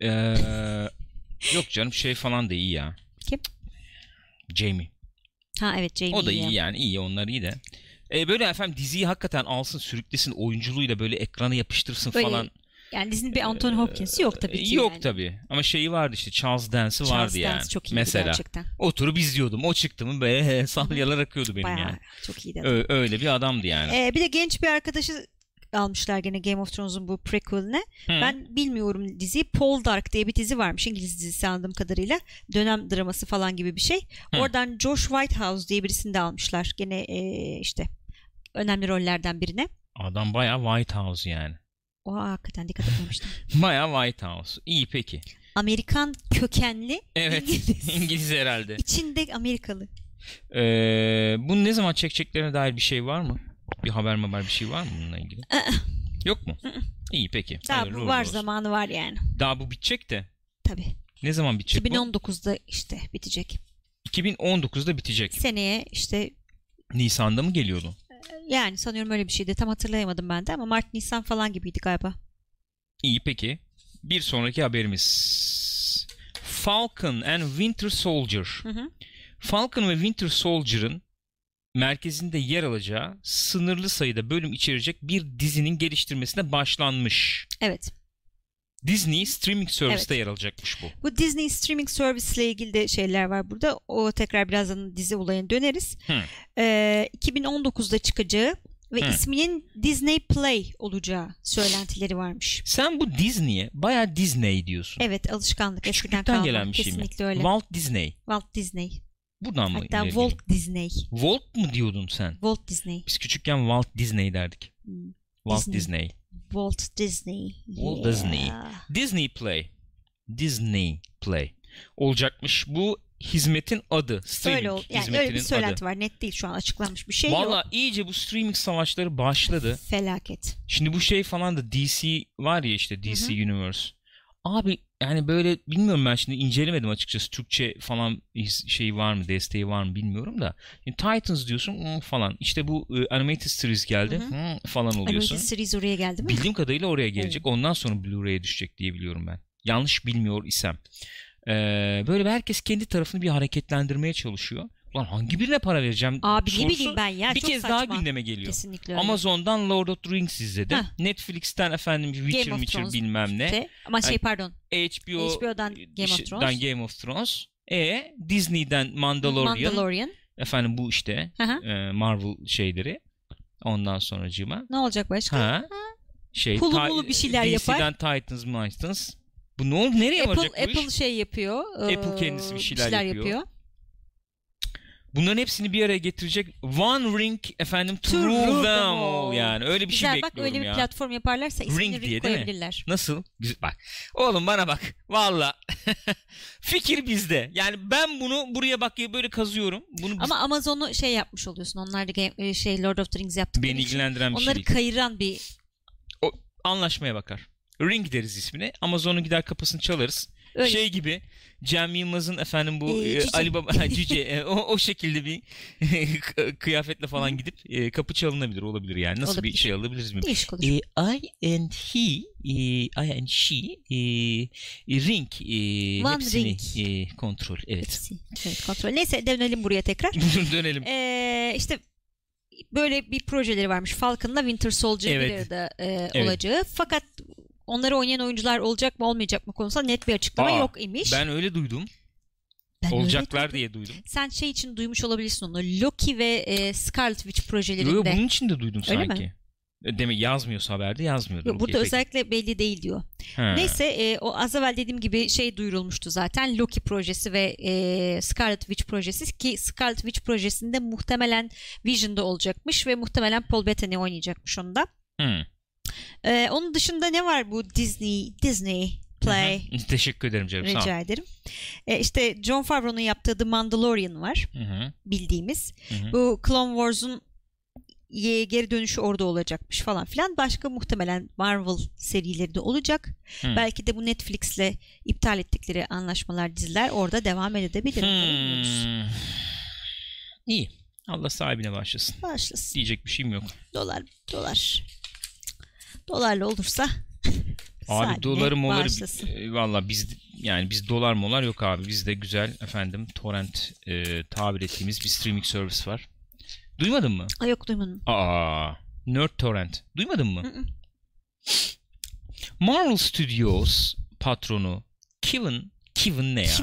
Speaker 1: Yok canım, falan da iyi ya.
Speaker 2: Kim?
Speaker 1: Jamie.
Speaker 2: Evet, Jamie.
Speaker 1: O da iyi yani, iyi, onlar iyi de. Böyle efendim diziyi hakikaten alsın, sürüklesin, oyunculuğuyla böyle ekrana yapıştırsın böyle, falan.
Speaker 2: Yani dizinin bir Anthony Hopkins'i yok tabii ki.
Speaker 1: Yok
Speaker 2: yani.
Speaker 1: Tabii. Ama vardı işte, Charles Dance'ı vardı yani.
Speaker 2: Charles Dance çok iyiydi
Speaker 1: mesela.
Speaker 2: Gerçekten.
Speaker 1: Oturup izliyordum. O çıktı mı böyle salyalar akıyordu benim.
Speaker 2: Bayağı
Speaker 1: yani.
Speaker 2: Çok iyiydi adam.
Speaker 1: Öyle bir adamdı yani.
Speaker 2: Bir de genç bir arkadaşı almışlar gene Game of Thrones'un bu prequel'ine. Ben bilmiyorum diziyi. Paul Dark diye bir dizi varmış. İngiliz dizisi anladığım kadarıyla. Dönem draması falan gibi bir şey. Oradan Josh Whitehouse diye birisini de almışlar. Gene işte önemli rollerden birine.
Speaker 1: Adam bayağı White House yani.
Speaker 2: O hakikaten dikkat etmemiştim.
Speaker 1: Bayağı White House. İyi peki.
Speaker 2: Amerikan kökenli.
Speaker 1: Evet. İngiliz herhalde.
Speaker 2: İçinde Amerikalı.
Speaker 1: Bunu ne zaman çekeceklerine dair bir şey var mı? Bir haber bir şey var mı bununla ilgili? Yok mu? İyi peki.
Speaker 2: Daha bu var, zamanı var yani.
Speaker 1: Daha bu bitecek de.
Speaker 2: Tabii.
Speaker 1: Ne zaman bitecek
Speaker 2: 2019'da işte bitecek.
Speaker 1: 2019'da bitecek.
Speaker 2: Seneye işte.
Speaker 1: Nisan'da mı geliyordu?
Speaker 2: Yani sanıyorum öyle bir şeydi. Tam hatırlayamadım ben de ama Mart Nisan falan gibiydi galiba.
Speaker 1: İyi peki. Bir sonraki haberimiz. Falcon and Winter Soldier. Falcon ve Winter Soldier'ın merkezinde yer alacağı sınırlı sayıda bölüm içerecek bir dizinin geliştirmesine başlanmış.
Speaker 2: Evet.
Speaker 1: Disney Streaming Service'te yer alacakmış bu.
Speaker 2: Bu Disney Streaming Service ile ilgili de şeyler var burada. O tekrar birazdan dizi olayına döneriz. 2019'da çıkacağı ve isminin Disney Play olacağı söylentileri varmış.
Speaker 1: Sen bu Disney'e bayağı Disney diyorsun.
Speaker 2: Evet, alışkanlık. Eskiden
Speaker 1: kalma. Gelen bir şey mi?
Speaker 2: Kesinlikle öyle.
Speaker 1: Walt Disney.
Speaker 2: Walt Disney.
Speaker 1: Buradan mı?
Speaker 2: Hatta Walt Disney.
Speaker 1: Walt mu diyordun sen?
Speaker 2: Walt Disney.
Speaker 1: Biz küçükken Walt Disney derdik. Walt Disney.
Speaker 2: Walt Disney.
Speaker 1: Walt Disney. Disney Play. Disney Play. Olacakmış bu hizmetin adı. Streaming hizmetinin
Speaker 2: öyle bir söylenti
Speaker 1: adı.
Speaker 2: Var. Net değil şu an, açıklanmış bir şey yok.
Speaker 1: Valla iyice bu streaming savaşları başladı.
Speaker 2: Felaket.
Speaker 1: Şimdi bu şey falan da DC var ya işte DC Universe. Abi yani böyle bilmiyorum, ben şimdi incelemedim açıkçası. Türkçe falan şey var mı, desteği var mı bilmiyorum da. Yani Titans diyorsun falan. İşte bu Animated Series geldi falan oluyorsun.
Speaker 2: Animated Series oraya geldi mi?
Speaker 1: Bildiğim kadarıyla oraya gelecek. Ondan sonra Blu-ray'e düşecek diye biliyorum ben. Yanlış bilmiyor isem. Böyle herkes kendi tarafını bir hareketlendirmeye çalışıyor. Ulan hangi birine para vereceğim?
Speaker 2: Abi ne bileyim ben ya.
Speaker 1: Bir
Speaker 2: çok
Speaker 1: kez
Speaker 2: saçma.
Speaker 1: daha gündeme geliyor.
Speaker 2: Kesinlikle öyle.
Speaker 1: Amazon'dan Lord of the Rings izledim. Netflix'ten efendim Witcher bilmem ne.
Speaker 2: Ama pardon.
Speaker 1: HBO'dan
Speaker 2: Game of Thrones.
Speaker 1: Disney'den Mandalorian. Efendim bu işte Marvel şeyleri. Ondan sonracığıma.
Speaker 2: Ne olacak başka? Pulu bir şeyler
Speaker 1: DC'den
Speaker 2: yapar.
Speaker 1: Titans. Bu ne oldu? Nereye varacak bu iş?
Speaker 2: Apple şey yapıyor.
Speaker 1: Apple kendisi bir şeyler yapıyor. Bunların hepsini bir araya getirecek One Ring efendim to rule them all, yani öyle bir
Speaker 2: güzel,
Speaker 1: şey bekliyorum ya.
Speaker 2: Bak öyle bir platform yaparlarsa ismini
Speaker 1: Ring diye
Speaker 2: koyabilirler.
Speaker 1: Nasıl? Güzel, bak. Oğlum bana bak. Valla fikir bizde. Yani ben bunu buraya bak böyle kazıyorum.
Speaker 2: Ama Amazon'u şey yapmış oluyorsun. Onlar da Lord of the Rings yaptıkları
Speaker 1: beni ilgilendiren bir şey
Speaker 2: onları
Speaker 1: değil.
Speaker 2: kayıran bir
Speaker 1: anlaşmaya bakar. Ring deriz ismine. Amazon'u gider kapısını çalarız. Öyle. Şey gibi Cem Yılmaz'ın efendim bu Ali Baba Cüce o şekilde bir kıyafetle falan gidip kapı çalınabilir, olabilir yani. Nasıl olabilir. Bir şey alabiliriz mi? I and she ring hepsini kontrol. Evet.
Speaker 2: Evet, kontrol. Neyse dönelim buraya tekrar.
Speaker 1: Dönelim.
Speaker 2: İşte böyle bir projeleri varmış. Falcon'la Winter Soldier bir arada olacağı. Fakat onları oynayan oyuncular olacak mı olmayacak mı konusunda net bir açıklama yok imiş.
Speaker 1: Ben öyle duydum. Olacaklar diye duydum.
Speaker 2: Sen şey için duymuş olabilirsin onu. Loki ve Scarlet Witch projelerinde.
Speaker 1: Yok bunun için de duydum
Speaker 2: öyle
Speaker 1: sanki.
Speaker 2: Mi?
Speaker 1: Demek yazmıyorsa haberde yazmıyordur.
Speaker 2: Yok, burada özellikle belli değil diyor. Neyse o az evvel dediğim gibi şey duyurulmuştu zaten. Loki projesi ve Scarlet Witch projesi ki Scarlet Witch projesinde muhtemelen Vision'da olacakmış ve muhtemelen Paul Bettany oynayacakmış onda. Onun dışında ne var bu Disney Play?
Speaker 1: Teşekkür ederim canım.
Speaker 2: Rica ederim. İşte Jon Favreau'nun yaptığı The Mandalorian var. Bildiğimiz. Bu Clone Wars'un geri dönüşü orada olacakmış falan filan. Başka muhtemelen Marvel serileri de olacak. Belki de bu Netflix'le iptal ettikleri anlaşmalar, diziler orada devam edebilir.
Speaker 1: İyi. Allah sahibine başlasın. Diyecek bir şeyim yok.
Speaker 2: Dolarla olursa
Speaker 1: abi doları moları valla biz dolar molar yok abi. Bizde güzel efendim torrent tabir ettiğimiz bir streaming service var. Duymadın mı?
Speaker 2: Yok duymadım.
Speaker 1: Nerd Torrent. Duymadın mı? Marvel Studios patronu Kevin ne ya?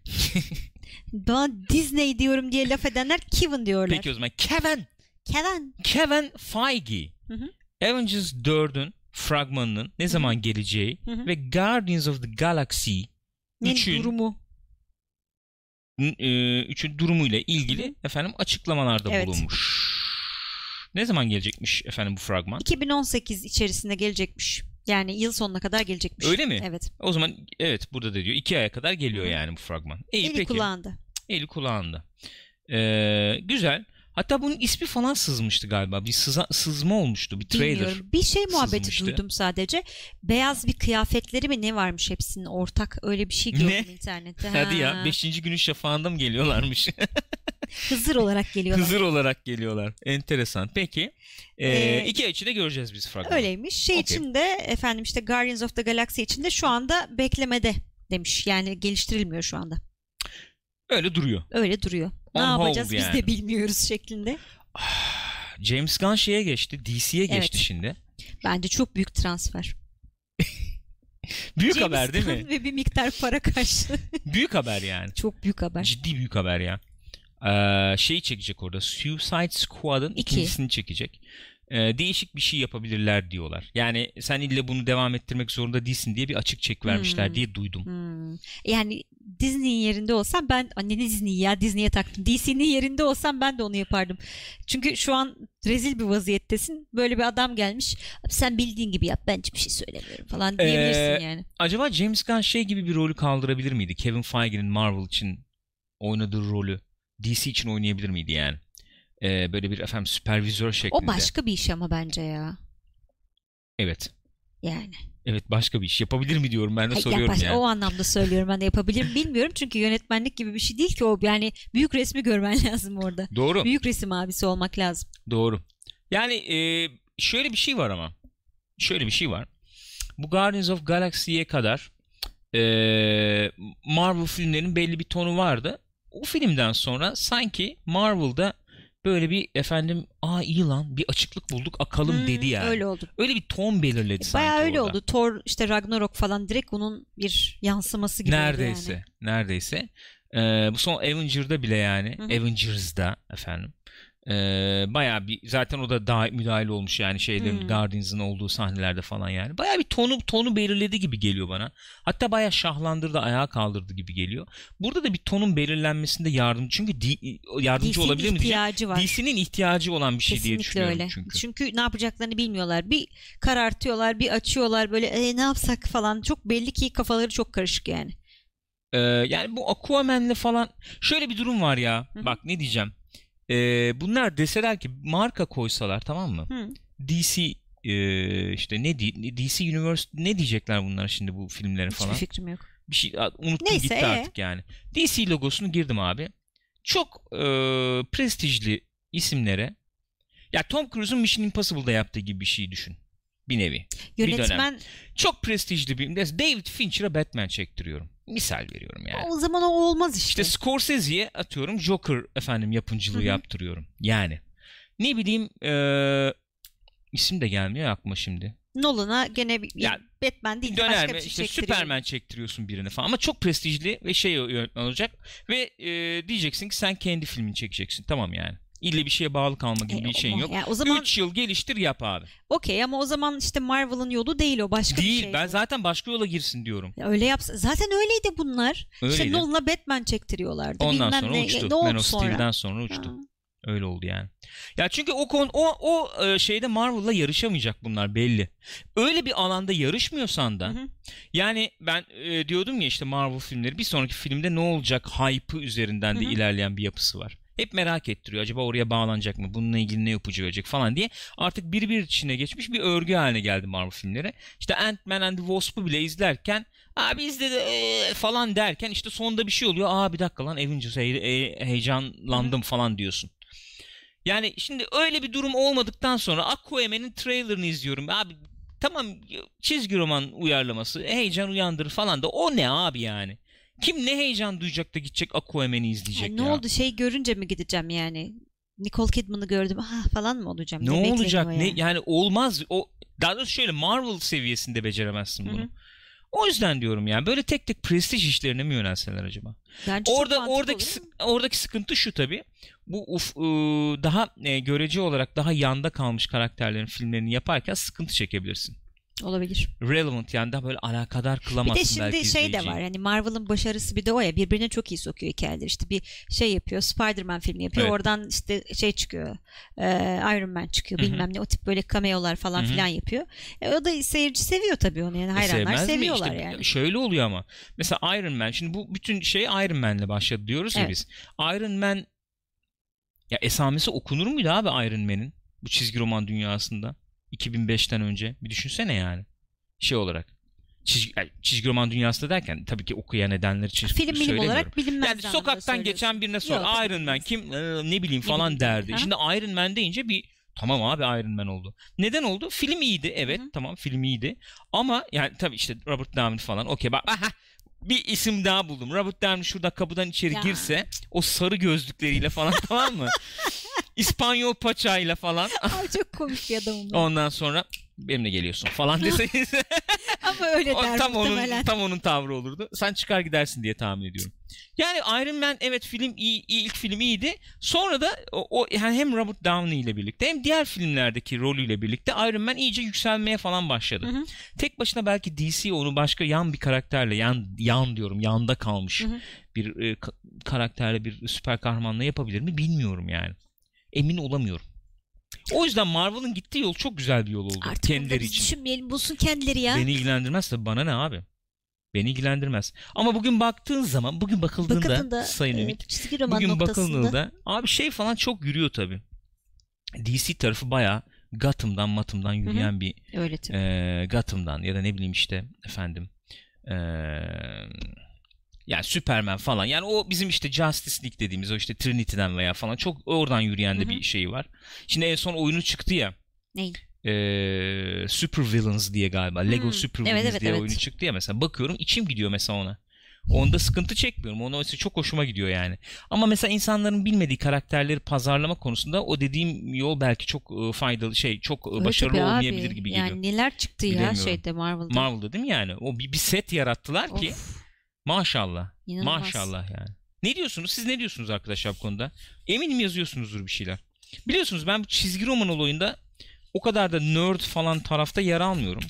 Speaker 2: Bana Disney diyorum diye laf edenler Kevin diyorlar.
Speaker 1: Peki o zaman Kevin Feige. Avengers 4'ün fragmanının ne zaman geleceği ve Guardians of the Galaxy 3'ün durumuyla ilgili efendim açıklamalarda bulunmuş. Ne zaman gelecekmiş efendim bu fragman?
Speaker 2: 2018 içerisinde gelecekmiş. Yani yıl sonuna kadar gelecekmiş.
Speaker 1: Öyle mi?
Speaker 2: Evet.
Speaker 1: O zaman evet burada da diyor 2 aya kadar geliyor yani bu fragman.
Speaker 2: Eli kulağında.
Speaker 1: Eli kulağında. Güzel. Hatta bunun ismi falan sızmıştı galiba. Bir sızma olmuştu. Bir trailer.
Speaker 2: Bilmiyorum. Bir şey muhabbeti duydum sadece. Beyaz bir kıyafetleri mi ne varmış hepsinin ortak, öyle bir şey gördüm internette.
Speaker 1: Hadi ya 5. günün şafağında mı geliyorlarmış?
Speaker 2: Hızır olarak geliyorlar.
Speaker 1: Enteresan. Peki. 2 ay içinde göreceğiz biz fragmanı.
Speaker 2: Öyleymiş. İçinde efendim işte Guardians of the Galaxy içinde şu anda beklemede demiş. Yani geliştirilmiyor şu anda.
Speaker 1: Öyle duruyor.
Speaker 2: Ne yapacağız biz de bilmiyoruz şeklinde.
Speaker 1: James Gunn şeye geçti. DC'ye geçti şimdi.
Speaker 2: Bence çok büyük transfer.
Speaker 1: Büyük
Speaker 2: James
Speaker 1: haber değil mi?
Speaker 2: Gunn ve bir miktar para karşılığı.
Speaker 1: Büyük haber yani.
Speaker 2: Çok büyük haber.
Speaker 1: Ciddi büyük haber ya. Şeyi çekecek orada. Suicide Squad'ın ikincisini çekecek. Değişik bir şey yapabilirler diyorlar. Yani sen ille bunu devam ettirmek zorunda değilsin diye bir açık çek vermişler diye duydum.
Speaker 2: Yani Disney'in yerinde olsam ben ne Disney ya, Disney'e taktım. DC'nin yerinde olsam ben de onu yapardım. Çünkü şu an rezil bir vaziyettesin. Böyle bir adam gelmiş. Sen bildiğin gibi yap, ben hiçbir şey söylemiyorum falan diyebilirsin yani.
Speaker 1: Acaba James Gunn şey gibi bir rolü kaldırabilir miydi? Kevin Feige'nin Marvel için oynadığı rolü DC için oynayabilir miydi yani? Böyle bir süpervizör şeklinde.
Speaker 2: O başka bir iş ama bence ya.
Speaker 1: Evet.
Speaker 2: Yani.
Speaker 1: Evet, başka bir iş. Yapabilir mi diyorum, ben de soruyorum yani.
Speaker 2: O anlamda söylüyorum, ben de yapabilir mi bilmiyorum. Çünkü yönetmenlik gibi bir şey değil ki o. Yani büyük resmi görmen lazım orada.
Speaker 1: Doğru.
Speaker 2: Büyük resim abisi olmak lazım.
Speaker 1: Doğru. Yani şöyle bir şey var ama. Şöyle bir şey var. Bu Guardians of Galaxy'ye kadar Marvel filmlerinin belli bir tonu vardı. O filmden sonra sanki Marvel'da böyle bir iyi lan bir açıklık bulduk akalım dedi yani.
Speaker 2: Öyle oldu.
Speaker 1: Öyle bir ton belirledi sanki
Speaker 2: bayağı öyle
Speaker 1: orada.
Speaker 2: oldu. Thor işte Ragnarok falan direkt onun bir yansıması gibi
Speaker 1: neredeyse,
Speaker 2: oldu yani.
Speaker 1: Neredeyse. Bu son Avengers'da bile yani. Avengers'da bayağı bir zaten o da daha müdahil olmuş yani şeylerin Guardians'ın olduğu sahnelerde falan yani. Bayağı bir tonu belirledi gibi geliyor bana. Hatta bayağı şahlandırdı, ayağa kaldırdı gibi geliyor. Burada da bir tonun belirlenmesinde yardımcı. Çünkü yardımcı
Speaker 2: DC'nin
Speaker 1: olabilir mi diyeceğim.
Speaker 2: var.
Speaker 1: DC'nin ihtiyacı olan bir şey
Speaker 2: kesinlikle
Speaker 1: diye düşünüyorum
Speaker 2: öyle.
Speaker 1: çünkü.
Speaker 2: Çünkü ne yapacaklarını bilmiyorlar. Bir karartıyorlar, bir açıyorlar böyle ne yapsak falan. Çok belli ki kafaları çok karışık yani.
Speaker 1: Yani bu Aquaman'le falan şöyle bir durum var ya. Bak ne diyeceğim. Bunlar deseler ki marka koysalar, tamam mı? DC işte DC Universe ne diyecekler bunlar şimdi bu filmlere falan?
Speaker 2: Hiçbir fikrim yok.
Speaker 1: Bir şey unuttum gitti artık yani. DC logosunu girdim abi. Çok prestijli isimlere, ya Tom Cruise'un Mission Impossible'da yaptığı gibi bir şey düşün. Bir nevi.
Speaker 2: Yönetmen
Speaker 1: çok prestijli bir David Fincher'a Batman çektiriyorum. Misal veriyorum yani.
Speaker 2: O zaman o olmaz işte.
Speaker 1: İşte Scorsese'ye atıyorum Joker yapımcılığı yaptırıyorum. Yani. Ne bileyim isim de gelmiyor aklıma şimdi.
Speaker 2: Nolan'a gene yani, Batman değil de başka bir şey
Speaker 1: işte
Speaker 2: çektiriyor.
Speaker 1: Superman çektiriyorsun birine falan ama çok prestijli ve yönetmen olacak ve diyeceksin ki sen kendi filmini çekeceksin. Tamam yani. İlle bir şeye bağlı kalma gibi bir şeyin yok. Yani o zaman 3 yıl geliştir yap abi.
Speaker 2: Okey ama o zaman işte Marvel'ın yolu değil o, başka bir şey.
Speaker 1: Değil, ben zaten başka yola girsin diyorum.
Speaker 2: Ya öyle yapsa zaten öyleydi bunlar.
Speaker 1: Öyleydi.
Speaker 2: İşte Nolan'a Batman çektiriyorlardı.
Speaker 1: Ondan
Speaker 2: bilmem
Speaker 1: sonra
Speaker 2: ne.
Speaker 1: uçtu. Man of Steel'den sonra uçtu. Öyle oldu yani. Ya çünkü o şeyde Marvel'la yarışamayacak bunlar belli. Öyle bir alanda yarışmıyorsan da yani ben diyordum ya işte Marvel filmleri bir sonraki filmde ne olacak hype'ı üzerinden de ilerleyen bir yapısı var. Hep merak ettiriyor. Acaba oraya bağlanacak mı? Bununla ilgili ne yapıcı olacak falan diye. Artık birbiri içine geçmiş bir örgü haline geldi Marvel filmleri. İşte Ant-Man and the Wasp'u bile izlerken bizde de falan derken işte sonunda bir şey oluyor. Bir dakika lan Avengers heyecanlandım falan diyorsun. Yani şimdi öyle bir durum olmadıktan sonra Aquaman'in trailerını izliyorum. Abi tamam, çizgi roman uyarlaması heyecan uyandırır falan da o ne abi yani? Kim ne heyecan duyacak da gidecek Aquaman'i izleyecek
Speaker 2: ne oldu görünce mi gideceğim yani? Nicole Kidman'ı gördüm falan mı olacağım?
Speaker 1: Ne olacak? Yani olmaz. Daha doğrusu şöyle Marvel seviyesinde beceremezsin bunu. O yüzden diyorum yani böyle tek tek prestij işlerine mi yönelseler acaba?
Speaker 2: Bence
Speaker 1: oradaki sıkıntı şu tabii. Bu daha görece olarak daha yanda kalmış karakterlerin filmlerini yaparken sıkıntı çekebilirsin.
Speaker 2: Olabilir.
Speaker 1: Relevant yani daha böyle alakadar kılamazsın belki.
Speaker 2: Bir de şimdi de var yani Marvel'ın başarısı bir de o ya, birbirine çok iyi sokuyor hikayeler. İşte bir yapıyor, Spider-Man filmi yapıyor. Evet. Oradan işte çıkıyor. Iron Man çıkıyor. Bilmem ne, o tip böyle cameo'lar falan filan yapıyor. O da seyirci seviyor tabii onu yani, hayranlar seviyorlar işte, yani.
Speaker 1: Şöyle oluyor ama. Mesela Iron Man, şimdi bu bütün şey Iron Man'le başladı diyoruz ya biz. Iron Man ya esamesi okunur muydu abi Iron Man'in bu çizgi roman dünyasında? 2005'ten önce bir düşünsene yani olarak çizgi roman dünyasında derken tabii ki okuyan edenler için
Speaker 2: film olarak bilinmez.
Speaker 1: Yani sokaktan geçen birine sor Iron Man kim ne bileyim falan derdi. Şimdi Iron Man deyince bir tamam abi Iron Man oldu. Neden oldu? Film iyiydi, evet. Tamam, film iyiydi ama yani tabii işte Robert Downey falan okey bak bir isim daha buldum. Robert Downey şurada kapıdan içeri girse o sarı gözlükleriyle falan tamam mı? İspanyol paçayla falan.
Speaker 2: Çok komik bir adamım.
Speaker 1: Ondan sonra benimle geliyorsun falan deseniz.
Speaker 2: Ama öyle der muhtemelen.
Speaker 1: Tam onun tavrı olurdu. Sen çıkar gidersin diye tahmin ediyorum. Yani Iron Man evet film iyi, ilk film iyiydi. Sonra da yani hem Robert Downey ile birlikte hem diğer filmlerdeki rolüyle birlikte Iron Man iyice yükselmeye falan başladı. Hı hı. Tek başına belki DC onu başka yan bir karakterle yanda kalmış bir karakterle bir süper kahramanla yapabilir mi bilmiyorum yani. Emin olamıyorum. O yüzden Marvel'ın gittiği yol çok güzel bir yol oldu.
Speaker 2: Artık
Speaker 1: kendileri için.
Speaker 2: Düşünmeyelim, bulsun kendileri ya.
Speaker 1: Beni ilgilendirmez tabii, bana ne abi? Beni ilgilendirmez. Ama bugün bakıldığında Sayın Ümit, bugün bakıldığında abi şey falan çok yürüyor tabii. DC tarafı bayağı Gotham'dan yürüyen bir Gotham'dan ya da ne bileyim işte efendim yani Superman falan. Yani o bizim işte Justice League dediğimiz o işte Trinity'den veya falan çok oradan yürüyen de bir şey var. Şimdi en son oyunu çıktı ya.
Speaker 2: Ney?
Speaker 1: Super Villains diye galiba. Lego Super Villains diye oyunu çıktı ya mesela. Bakıyorum içim gidiyor mesela ona. Onda sıkıntı çekmiyorum. Ona çok hoşuma gidiyor yani. Ama mesela insanların bilmediği karakterleri pazarlama konusunda o dediğim yol belki çok faydalı çok başarılı olmayabilir gibi geliyor.
Speaker 2: Yani neler çıktı ya şeyde
Speaker 1: Marvel'da değil mi yani? O bir set yarattılar ki maşallah.
Speaker 2: İnanılmaz.
Speaker 1: Maşallah yani. Ne diyorsunuz? Siz ne diyorsunuz arkadaşlar bu konuda? Eminim yazıyorsunuzdur bir şeyler. Biliyorsunuz ben bu çizgi roman olayında o kadar da nerd falan tarafta yer almıyorum.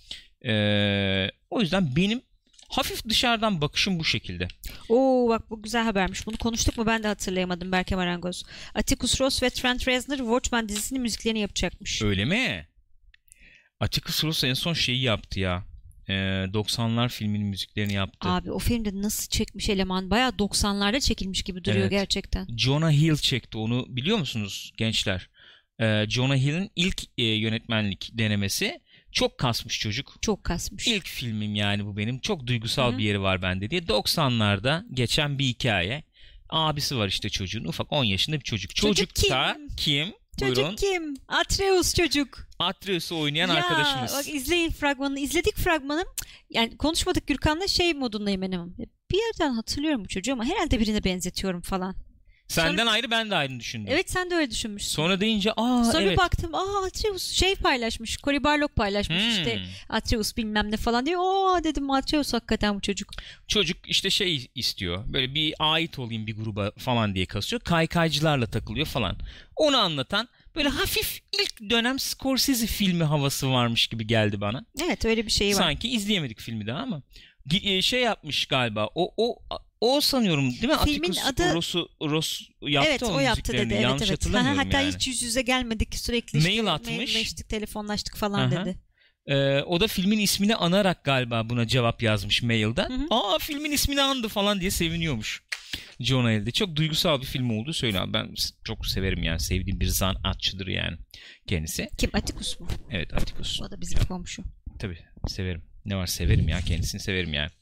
Speaker 1: O yüzden benim hafif dışarıdan bakışım bu şekilde.
Speaker 2: Oo bak bu güzel habermiş. Bunu konuştuk mu ben de hatırlayamadım Berke Marangoz. Atticus Ross ve Trent Reznor Watchmen dizisinin müziklerini yapacakmış.
Speaker 1: Öyle mi? Atticus Ross en son şeyi yaptı ya. 90'lar filminin müziklerini yaptı.
Speaker 2: Abi o filmde nasıl çekmiş eleman? Bayağı 90'larda çekilmiş gibi duruyor gerçekten.
Speaker 1: Jonah Hill çekti onu, biliyor musunuz gençler? Jonah Hill'in ilk yönetmenlik denemesi. Çok kasmış çocuk.
Speaker 2: Çok kasmış.
Speaker 1: İlk filmim yani bu benim. Çok duygusal bir yeri var bende diye. 90'larda geçen bir hikaye. Abisi var işte çocuğun. Ufak 10 yaşında bir çocuk. Çocuk da kim?
Speaker 2: Çocuk buyurun. Kim? Atreus çocuk.
Speaker 1: Atreus'u oynayan arkadaşımız.
Speaker 2: Bak izleyin fragmanını. İzledik fragmanı. Yani konuşmadık Gürkan'la şey modundayım benim. Bir yerden hatırlıyorum bu çocuğu ama herhalde birine benzetiyorum falan.
Speaker 1: Senden ayrı ben de ayrı düşündüm.
Speaker 2: Evet sen de öyle düşünmüşsün.
Speaker 1: Sonra deyince
Speaker 2: Sonra
Speaker 1: evet.
Speaker 2: bir baktım Atreus paylaşmış. Cory Barlog paylaşmış işte Atreus bilmem ne falan diye. Dedim Atreus hakikaten bu çocuk.
Speaker 1: Çocuk işte şey istiyor. Böyle bir ait olayım bir gruba falan diye kasıyor. Kaykaycılarla takılıyor falan. Onu anlatan böyle hafif ilk dönem Scorsese filmi havası varmış gibi geldi bana.
Speaker 2: Evet öyle bir şey var.
Speaker 1: Sanki izleyemedik filmi daha ama şey yapmış galiba. O sanıyorum değil mi?
Speaker 2: Filmin
Speaker 1: Atticus Ross yaptı
Speaker 2: evet, o yaptı dedi.
Speaker 1: Yanlış hatırlamıyorum
Speaker 2: hatta
Speaker 1: yani.
Speaker 2: Hiç yüz yüze gelmedik sürekli.
Speaker 1: Mail atmış.
Speaker 2: Mailleştik, telefonlaştık falan dedi.
Speaker 1: O da filmin ismini anarak galiba buna cevap yazmış mailden. Filmin ismini andı falan diye seviniyormuş. Jonah Hill'de. Çok duygusal bir film olduğu söylüyor. Ben çok severim yani. Sevdiğim bir sanatçıdır yani kendisi.
Speaker 2: Kim? Atticus mu?
Speaker 1: Evet Atticus.
Speaker 2: O da bizim komşu.
Speaker 1: Tabii severim. Ne var severim ya. Kendisini severim yani.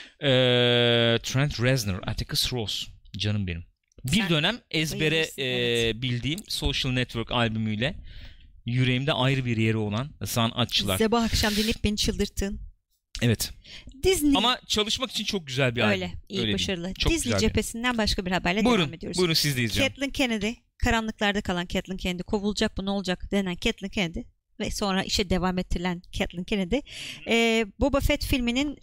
Speaker 1: Trent Reznor, Atticus Ross. Canım benim. Bir dönem ezbere bildiğim Social Network albümüyle yüreğimde ayrı bir yeri olan sanatçılar.
Speaker 2: Sabah akşam dinleyip beni çıldırttın.
Speaker 1: Evet.
Speaker 2: Disney.
Speaker 1: Ama çalışmak için çok güzel bir albüm.
Speaker 2: Öyle. İyi başarılı. Disney cephesinden başka bir haberle devam ediyoruz.
Speaker 1: Buyurun siz de izleyin.
Speaker 2: Kathleen Kennedy. Karanlıklarda kalan Kathleen Kennedy. Kovulacak bu ne olacak denen Kathleen Kennedy. Ve sonra işe devam ettirilen Kathleen Kennedy. Boba Fett filminin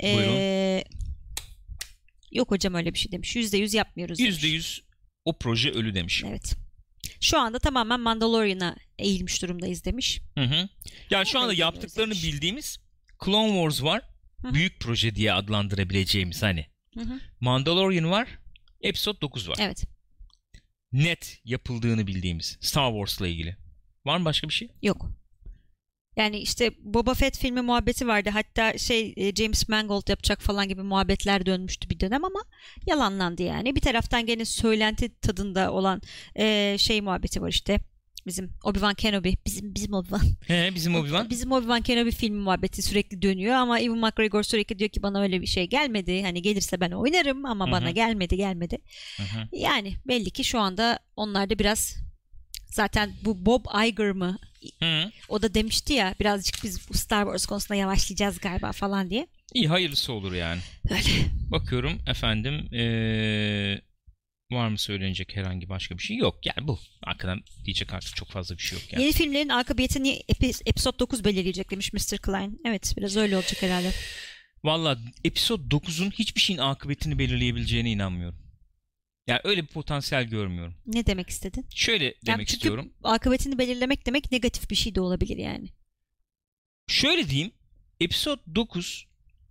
Speaker 2: yok hocam öyle bir şey demiş. %100 yapmıyoruz demiş.
Speaker 1: %100 o proje ölü demiş.
Speaker 2: Evet. Şu anda tamamen Mandalorian'a eğilmiş durumdayız demiş.
Speaker 1: Yani şu anda yaptıklarını bildiğimiz Clone Wars var. Büyük proje diye adlandırabileceğimiz hani. Mandalorian var. Episode 9 var.
Speaker 2: Evet.
Speaker 1: Net yapıldığını bildiğimiz Star Wars'la ilgili. Var mı başka bir şey?
Speaker 2: Yok. Yani işte Boba Fett filmi muhabbeti vardı. Hatta James Mangold yapacak falan gibi muhabbetler dönmüştü bir dönem ama yalanlandı yani. Bir taraftan gene söylenti tadında olan muhabbeti var işte. Bizim Obi-Wan Kenobi. Bizim Obi-Wan.
Speaker 1: Bizim Obi-Wan.
Speaker 2: Bizim Obi-Wan Kenobi filmi muhabbeti sürekli dönüyor ama Ewan McGregor sürekli diyor ki bana öyle bir şey gelmedi. Hani gelirse ben oynarım ama bana gelmedi. Yani belli ki şu anda onlar da biraz zaten bu Bob Iger mı? O da demişti ya birazcık biz bu Star Wars konusunda yavaşlayacağız galiba falan diye.
Speaker 1: İyi hayırlısı olur yani.
Speaker 2: Öyle.
Speaker 1: Bakıyorum efendim Var mı söylenecek herhangi başka bir şey? Yok. Yani bu. Arkadan diyecek artık çok fazla bir şey yok yani.
Speaker 2: Yeni filmlerin akıbetini Episode 9 belirleyecek demiş Mr. Klein. Evet, biraz öyle olacak herhalde.
Speaker 1: Valla Episode 9'un hiçbir şeyin akıbetini belirleyebileceğine inanmıyorum. Yani öyle bir potansiyel görmüyorum.
Speaker 2: Ne demek istedin?
Speaker 1: Şöyle demek istiyorum.
Speaker 2: Çünkü akıbetini belirlemek demek negatif bir şey de olabilir yani.
Speaker 1: Şöyle diyeyim. Episode 9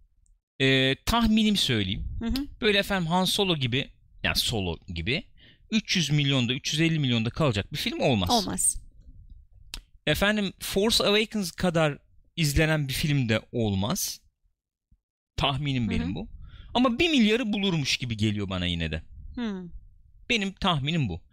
Speaker 1: tahminim söyleyeyim. Böyle efendim Han Solo gibi, yani Solo gibi 300 milyonda 350 milyonda kalacak bir film olmaz.
Speaker 2: Olmaz.
Speaker 1: Efendim Force Awakens kadar izlenen bir film de olmaz. Tahminim benim bu. Ama 1 milyarı bulurmuş gibi geliyor bana yine de. Benim tahminim bu.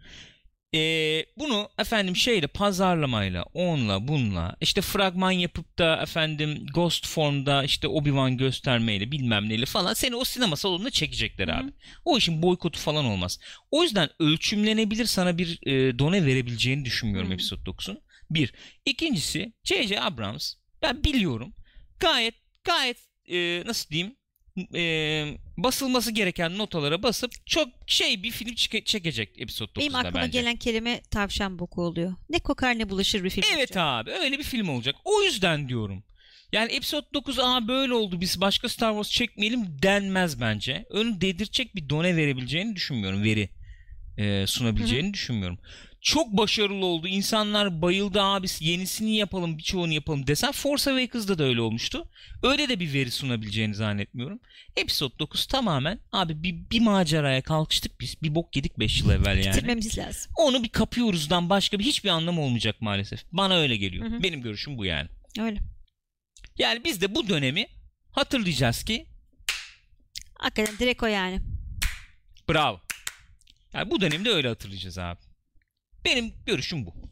Speaker 1: Bunu efendim pazarlamayla, onunla bunla, işte fragman yapıp da efendim ghost formda işte Obi-Wan göstermeyle bilmem neyle falan seni o sinema salonuna çekecekler abi. O işin boykotu falan olmaz. O yüzden ölçümlenebilir sana bir done verebileceğini düşünmüyorum Episode 9'un. Bir. İkincisi J.J. Abrams, ben biliyorum gayet nasıl diyeyim, basılması gereken notalara basıp çok bir film çekecek Episode 9'da bence.
Speaker 2: Benim aklıma gelen kelime tavşan boku oluyor. Ne kokar ne bulaşır bir film
Speaker 1: Evet
Speaker 2: olacak.
Speaker 1: abi, öyle bir film olacak. O yüzden diyorum. Yani Episode 9 böyle oldu, biz başka Star Wars çekmeyelim denmez bence. Onu dedirtecek bir done verebileceğini düşünmüyorum. Veri sunabileceğini düşünmüyorum. Çok başarılı oldu. İnsanlar bayıldı abi, yenisini yapalım, birçoğunu yapalım desen Force Awakens'da da öyle olmuştu. Öyle de bir veri sunabileceğini zannetmiyorum. Episode 9 tamamen abi bir maceraya kalkıştık biz. Bir bok yedik 5 yıl evvel yani.
Speaker 2: Bitirmemiz lazım.
Speaker 1: Onu bir kapıyoruzdan başka hiçbir anlamı olmayacak maalesef. Bana öyle geliyor. Benim görüşüm bu yani.
Speaker 2: Öyle.
Speaker 1: Yani biz de bu dönemi hatırlayacağız ki.
Speaker 2: Hakikaten direkt o yani.
Speaker 1: Bravo. Yani bu dönemi de öyle hatırlayacağız abi. Benim görüşüm bu.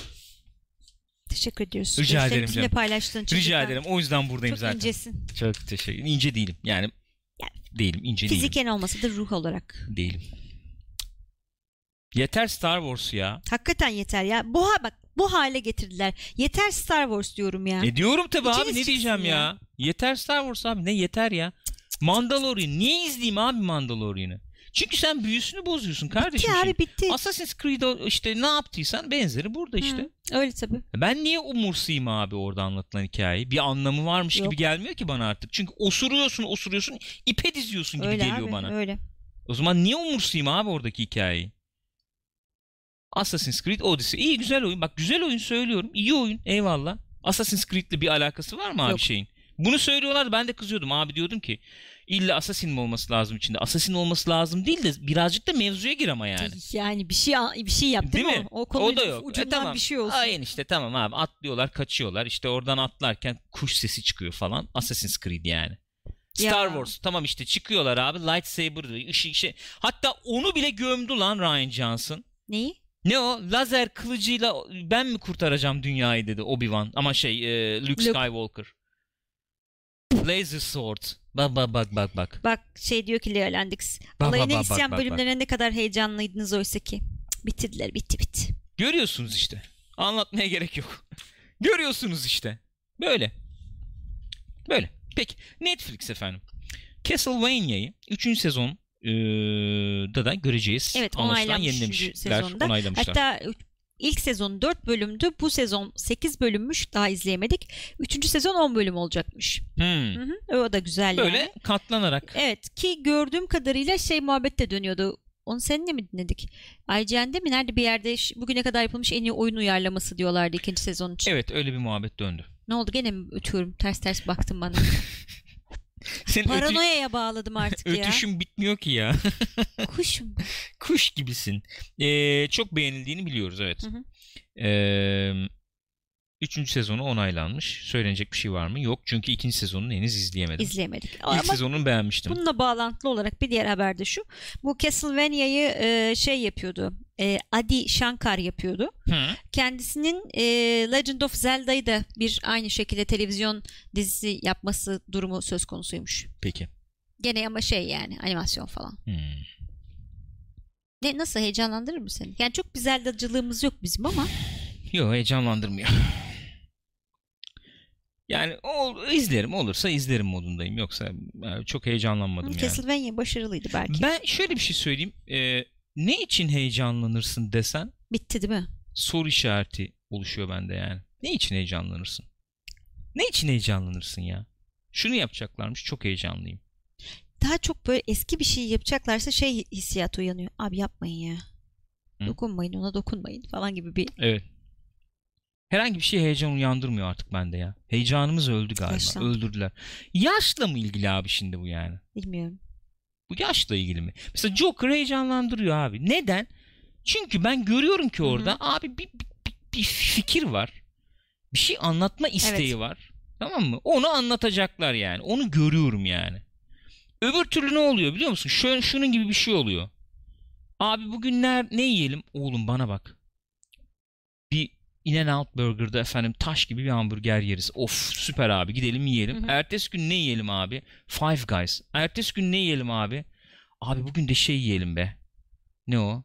Speaker 2: Teşekkür ediyoruz.
Speaker 1: Rica ederim canım.
Speaker 2: Paylaştığın için.
Speaker 1: Rica ederim. O yüzden buradayım
Speaker 2: çok
Speaker 1: zaten.
Speaker 2: Çok incesin.
Speaker 1: Çok teşekkür ederim. İnce değilim. Yani değilim. İnce değilim.
Speaker 2: Fiziken olmasa da ruh olarak.
Speaker 1: Değilim. Yeter Star Wars ya.
Speaker 2: Hakikaten yeter ya. Bu hale getirdiler. Yeter Star Wars diyorum ya.
Speaker 1: Diyorum tabii
Speaker 2: İçiniz
Speaker 1: abi, ne diyeceğim ya. Yeter Star Wars abi, ne yeter ya. Mandalorian. Niye izleyeyim abi Mandalorian'ı? Çünkü sen büyüsünü bozuyorsun kardeşim.
Speaker 2: Bitti abi, bitti.
Speaker 1: Assassin's Creed işte ne yaptıysan benzeri burada işte.
Speaker 2: Öyle tabii.
Speaker 1: Ben niye umursayayım abi orada anlatılan hikayeyi? Bir anlamı varmış gibi gelmiyor ki bana artık. Çünkü osuruyorsun, ipe diziyorsun gibi
Speaker 2: öyle
Speaker 1: geliyor
Speaker 2: abi,
Speaker 1: bana.
Speaker 2: Öyle.
Speaker 1: O zaman niye umursayayım abi oradaki hikayeyi? Assassin's Creed Odyssey. İyi, güzel oyun. Bak, güzel oyun söylüyorum. İyi oyun. Eyvallah. Assassin's Creed'le bir alakası var mı abi şeyin? Bunu söylüyorlardı, ben de kızıyordum. Abi diyordum ki illa Assassin mi olması lazım içinde? Assassin olması lazım değil de birazcık da mevzuya gir ama yani.
Speaker 2: Yani bir şey yap değil mi? O konunun
Speaker 1: da yok.
Speaker 2: ucundan
Speaker 1: Tamam.
Speaker 2: bir şey olsun.
Speaker 1: Aynen işte, tamam abi, atlıyorlar, kaçıyorlar. İşte oradan atlarken kuş sesi çıkıyor falan. Assassin's Creed yani. Star Wars tamam, işte çıkıyorlar abi, lightsaber, ışık Hatta onu bile gömdü lan Rian Johnson.
Speaker 2: Neyi?
Speaker 1: Ne o? Lazer kılıcıyla ben mi kurtaracağım dünyayı dedi Obi-Wan. Ama Luke Skywalker. Laser sword. Bak.
Speaker 2: Bak diyor ki Lea Landix. Alayına isyan bölümlerine ne kadar heyecanlıydınız oysa ki. Bitirdiler, bitti.
Speaker 1: Görüyorsunuz işte. Anlatmaya gerek yok. Görüyorsunuz işte. Böyle. Peki Netflix efendim. Castlevania'yı 3. sezon da göreceğiz.
Speaker 2: Evet, onaylanmış sezonda. Hatta ilk sezon 4 bölümdü. Bu sezon 8 bölümmüş. Daha izleyemedik. 3. sezon 10 bölüm olacakmış. O da güzel
Speaker 1: böyle
Speaker 2: yani.
Speaker 1: Katlanarak.
Speaker 2: Evet, ki gördüğüm kadarıyla muhabbet de dönüyordu. Onu seninle mi dinledik? IGN'de mi? Nerede bir yerde bugüne kadar yapılmış en iyi oyun uyarlaması diyorlardı 2. sezon için.
Speaker 1: Evet, öyle bir muhabbet döndü.
Speaker 2: Ne oldu, gene mi ötüyorum? Ters baktın bana. Paranoyaya bağladım artık ya.
Speaker 1: Ötüşüm bitmiyor ki ya.
Speaker 2: Kuşum.
Speaker 1: Kuş gibisin. Çok beğenildiğini biliyoruz, evet. 3. sezonu onaylanmış. Söylenecek bir şey var mı? Yok. Çünkü 2. sezonunu henüz izleyemedim.
Speaker 2: İzleyemedik.
Speaker 1: İlk sezonunu beğenmiştim.
Speaker 2: Bununla bağlantılı olarak bir diğer haber de şu. Bu Castlevania'yı yapıyordu. Adi Shankar yapıyordu. Kendisinin Legend of Zelda'yı da aynı şekilde televizyon dizisi yapması durumu söz konusuymuş.
Speaker 1: Peki.
Speaker 2: Gene ama yani animasyon falan. Nasıl, heyecanlandırır mı seni? Yani çok bir Zelda'cılığımız yok bizim ama.
Speaker 1: Yok, heyecanlandırmıyor. Yani izlerim, olursa izlerim modundayım. Yoksa çok heyecanlanmadım yani.
Speaker 2: Castlevania başarılıydı belki.
Speaker 1: Ben şöyle bir şey söyleyeyim. ne için heyecanlanırsın desen
Speaker 2: bitti değil mi?
Speaker 1: soru işareti oluşuyor bende yani. Ne için heyecanlanırsın? Ne için heyecanlanırsın ya? Şunu yapacaklarmış, çok heyecanlıyım.
Speaker 2: Daha çok böyle eski bir şey yapacaklarsa şey hissiyatı uyanıyor. Abi yapmayın ya. Dokunmayın, ona dokunmayın falan gibi bir.
Speaker 1: Evet. Herhangi bir şey heyecan uyandırmıyor artık bende ya. Heyecanımız öldü galiba.
Speaker 2: Yaşlandı.
Speaker 1: Öldürdüler. Yaşla mı ilgili abi şimdi bu yani?
Speaker 2: Bilmiyorum.
Speaker 1: Bu yaşla ilgili mi? Mesela Joker heyecanlandırıyor abi. Neden? Çünkü ben görüyorum ki orada abi bir fikir var. Bir şey anlatma isteği var. Tamam mı? Onu anlatacaklar yani. Onu görüyorum yani. Öbür türlü ne oluyor biliyor musun? Şunun gibi bir şey oluyor. Abi bugün ne yiyelim? Oğlum bana bak. Bir In-N-Out Burger'da efendim taş gibi bir hamburger yeriz. Of süper abi, gidelim yiyelim. Ertesi gün ne yiyelim abi? Five Guys. Ertesi gün ne yiyelim abi? Abi bugün de şey yiyelim be. Ne o?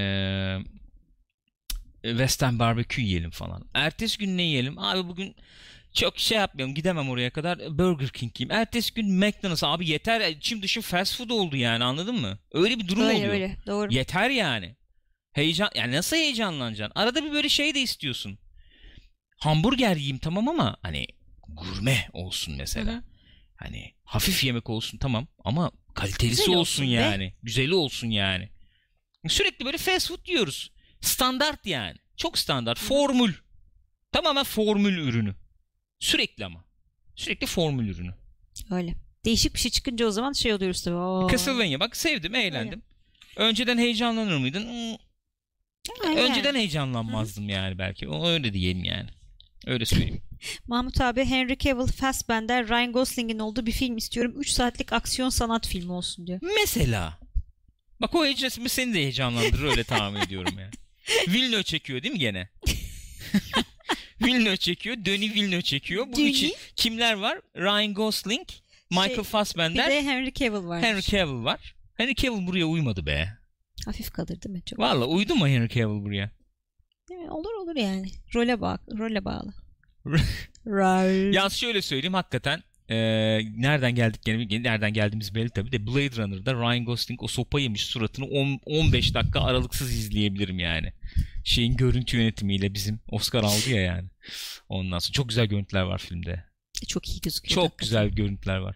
Speaker 1: Western Barbecue yiyelim falan. Ertesi gün ne yiyelim? Abi bugün çok şey yapmayalım, gidemem oraya kadar, Burger King yiyeyim. Ertesi gün McDonald's. Abi yeter, içim dışım fast food oldu yani, anladın mı? Öyle bir durum oluyor.
Speaker 2: Öyle doğru.
Speaker 1: Yeter yani. Heyecan, yani nasıl heyecanlanacaksın? Arada bir böyle şey de istiyorsun. Hamburger yiyeyim tamam ama hani gurme olsun mesela. Hani hafif yemek olsun tamam ama kalitelisi
Speaker 2: Güzel
Speaker 1: olsun yani. Güzeli olsun yani. Sürekli böyle fast food yiyoruz. Standart yani. Çok standart. Formül. Tamamen formül ürünü. Sürekli ama. Sürekli formül ürünü.
Speaker 2: Öyle. Değişik bir şey çıkınca o zaman şey oluyoruz tabii.
Speaker 1: Castlevania bak, sevdim, eğlendim. Öyle. Önceden heyecanlanır mıydın? Önceden heyecanlanmazdım yani belki. Öyle diyelim yani. Öyle söyleyeyim.
Speaker 2: Mahmut abi, Henry Cavill, Fassbender, Ryan Gosling'in olduğu bir film istiyorum. 3 saatlik aksiyon sanat filmi olsun diyor.
Speaker 1: Mesela. Bak o heyecan seni de heyecanlandırır öyle tahmin ediyorum ya. Villeneuve çekiyor değil mi gene? Villeneuve çekiyor. Denis Villeneuve çekiyor. Bu üçü kimler var? Ryan Gosling, Michael Fassbender.
Speaker 2: Bir de Henry Cavill var.
Speaker 1: Henry Cavill var. Henry Cavill buraya uymadı be.
Speaker 2: Hafif kalır değil mi? Çok.
Speaker 1: Valla uydu mu Henry Cavill buraya?
Speaker 2: Olur yani. Role bağlı.
Speaker 1: Ya şöyle söyleyeyim hakikaten. Nereden geldiğimiz belli tabii de, Blade Runner'da Ryan Gosling o sopa yemiş suratını 15 dakika aralıksız izleyebilirim yani. Şeyin görüntü yönetimiyle bizim Oscar aldı ya yani. Ondan sonra çok güzel görüntüler var filmde.
Speaker 2: Çok iyi gözüküyor.
Speaker 1: Çok güzel görüntüler var.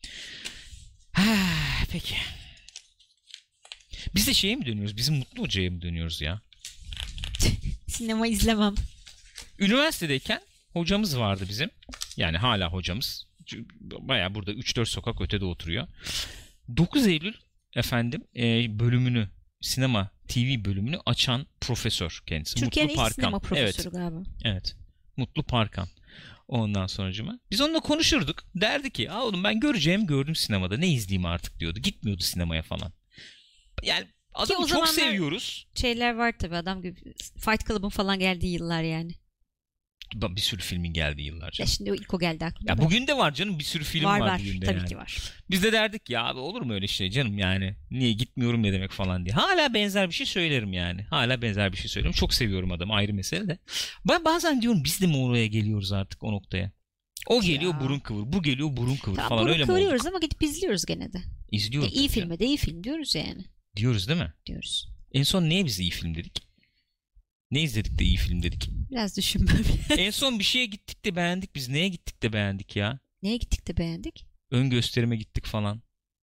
Speaker 1: Peki. Biz de şeye mi dönüyoruz? Bizim Mutlu Hoca'ya mı dönüyoruz ya?
Speaker 2: Sinema izlemem.
Speaker 1: Üniversitedeyken hocamız vardı bizim. Yani hala hocamız. Bayağı burada 3-4 sokak ötede oturuyor. 9 Eylül efendim bölümünü, sinema TV bölümünü açan profesör kendisi.
Speaker 2: Türkiye'nin
Speaker 1: Mutlu
Speaker 2: ilk
Speaker 1: Parkan.
Speaker 2: sinema profesörü galiba.
Speaker 1: Evet. Mutlu Parkan. Ondan sonracığıma. Biz onunla konuşurduk. Derdi ki oğlum ben gördüm sinemada. Ne izleyeyim artık diyordu. Gitmiyordu sinemaya falan. Yani adamı çok seviyoruz.
Speaker 2: Şeyler var tabii, adam gibi. Fight Club'ın falan geldiği yıllar yani.
Speaker 1: Bir sürü filmin geldiği yıllar canım.
Speaker 2: Ya şimdi ilk o geldi aklıma.
Speaker 1: Ya bugün de var canım, bir sürü film var bugün de
Speaker 2: tabii
Speaker 1: yani.
Speaker 2: ki var.
Speaker 1: Biz de derdik ya abi olur mu öyle şey canım yani, niye gitmiyorum ne demek falan diye. Hala benzer bir şey söylerim yani. Hala benzer bir şey söylerim. Çok seviyorum adamı, ayrı mesele de. Ben bazen diyorum biz de mi oraya geliyoruz artık, o noktaya? O geliyor ya, burun kıvır, bu geliyor burun kıvır falan, öyle mi olduk?
Speaker 2: Kıvırıyoruz ama gidip izliyoruz gene de.
Speaker 1: İzliyoruz.
Speaker 2: İyi filme de iyi film diyoruz yani.
Speaker 1: Diyoruz değil mi?
Speaker 2: Diyoruz.
Speaker 1: En son neye biz iyi film dedik? Ne izledik de iyi film dedik?
Speaker 2: Biraz düşünmem.
Speaker 1: En son bir şeye gittik de beğendik biz. Neye gittik de beğendik ya?
Speaker 2: Neye gittik de beğendik?
Speaker 1: Ön gösterime gittik falan.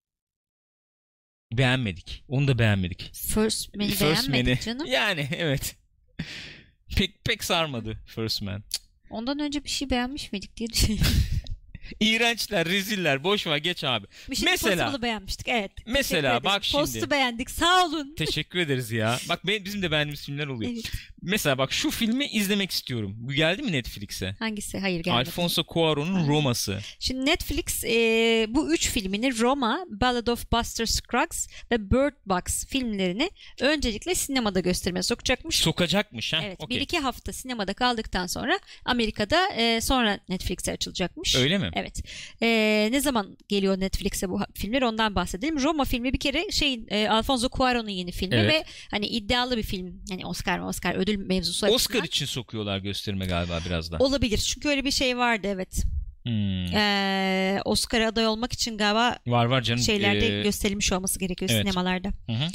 Speaker 1: Beğenmedik. Onu da beğenmedik.
Speaker 2: First Man'i beğenmedik canım.
Speaker 1: Yani evet. Pek sarmadı First Man.
Speaker 2: Ondan önce bir şey beğenmiş miydik diye düşünüyorum.
Speaker 1: İğrençler, reziller. Boş ver, geç abi.
Speaker 2: Mesela Post'u beğenmiştik. Evet.
Speaker 1: Mesela bak şimdi.
Speaker 2: Post'u beğendik. Sağ olun.
Speaker 1: Teşekkür ederiz ya. Bak bizim de beğendiğimiz filmler oluyor.
Speaker 2: Evet.
Speaker 1: Mesela bak şu filmi izlemek istiyorum. Bu geldi mi Netflix'e?
Speaker 2: Hangisi? Hayır, gelmedi.
Speaker 1: Alfonso Cuarón'un Roma'sı.
Speaker 2: Şimdi Netflix bu 3 filmini, Roma, Ballad of Buster Scruggs ve Bird Box filmlerini öncelikle sinemada göstermeye sokacakmış.
Speaker 1: Sokacakmış ha?
Speaker 2: Evet.
Speaker 1: Okay.
Speaker 2: 1-2 hafta sinemada kaldıktan sonra Amerika'da sonra Netflix'e açılacakmış.
Speaker 1: Öyle mi?
Speaker 2: Evet. Ne zaman geliyor Netflix'e bu filmler, ondan bahsedelim. Roma filmi bir kere Alfonso Cuarón'un yeni filmi ve hani iddialı bir film. Yani Oscar ödül mevzusu açısından.
Speaker 1: Oscar için sokuyorlar gösterime galiba biraz da.
Speaker 2: Olabilir. Çünkü öyle bir şey vardı, evet. Oscar'a aday olmak için galiba
Speaker 1: var canım.
Speaker 2: Şeylerde gösterilmiş olması gerekiyor, evet. Sinemalarda.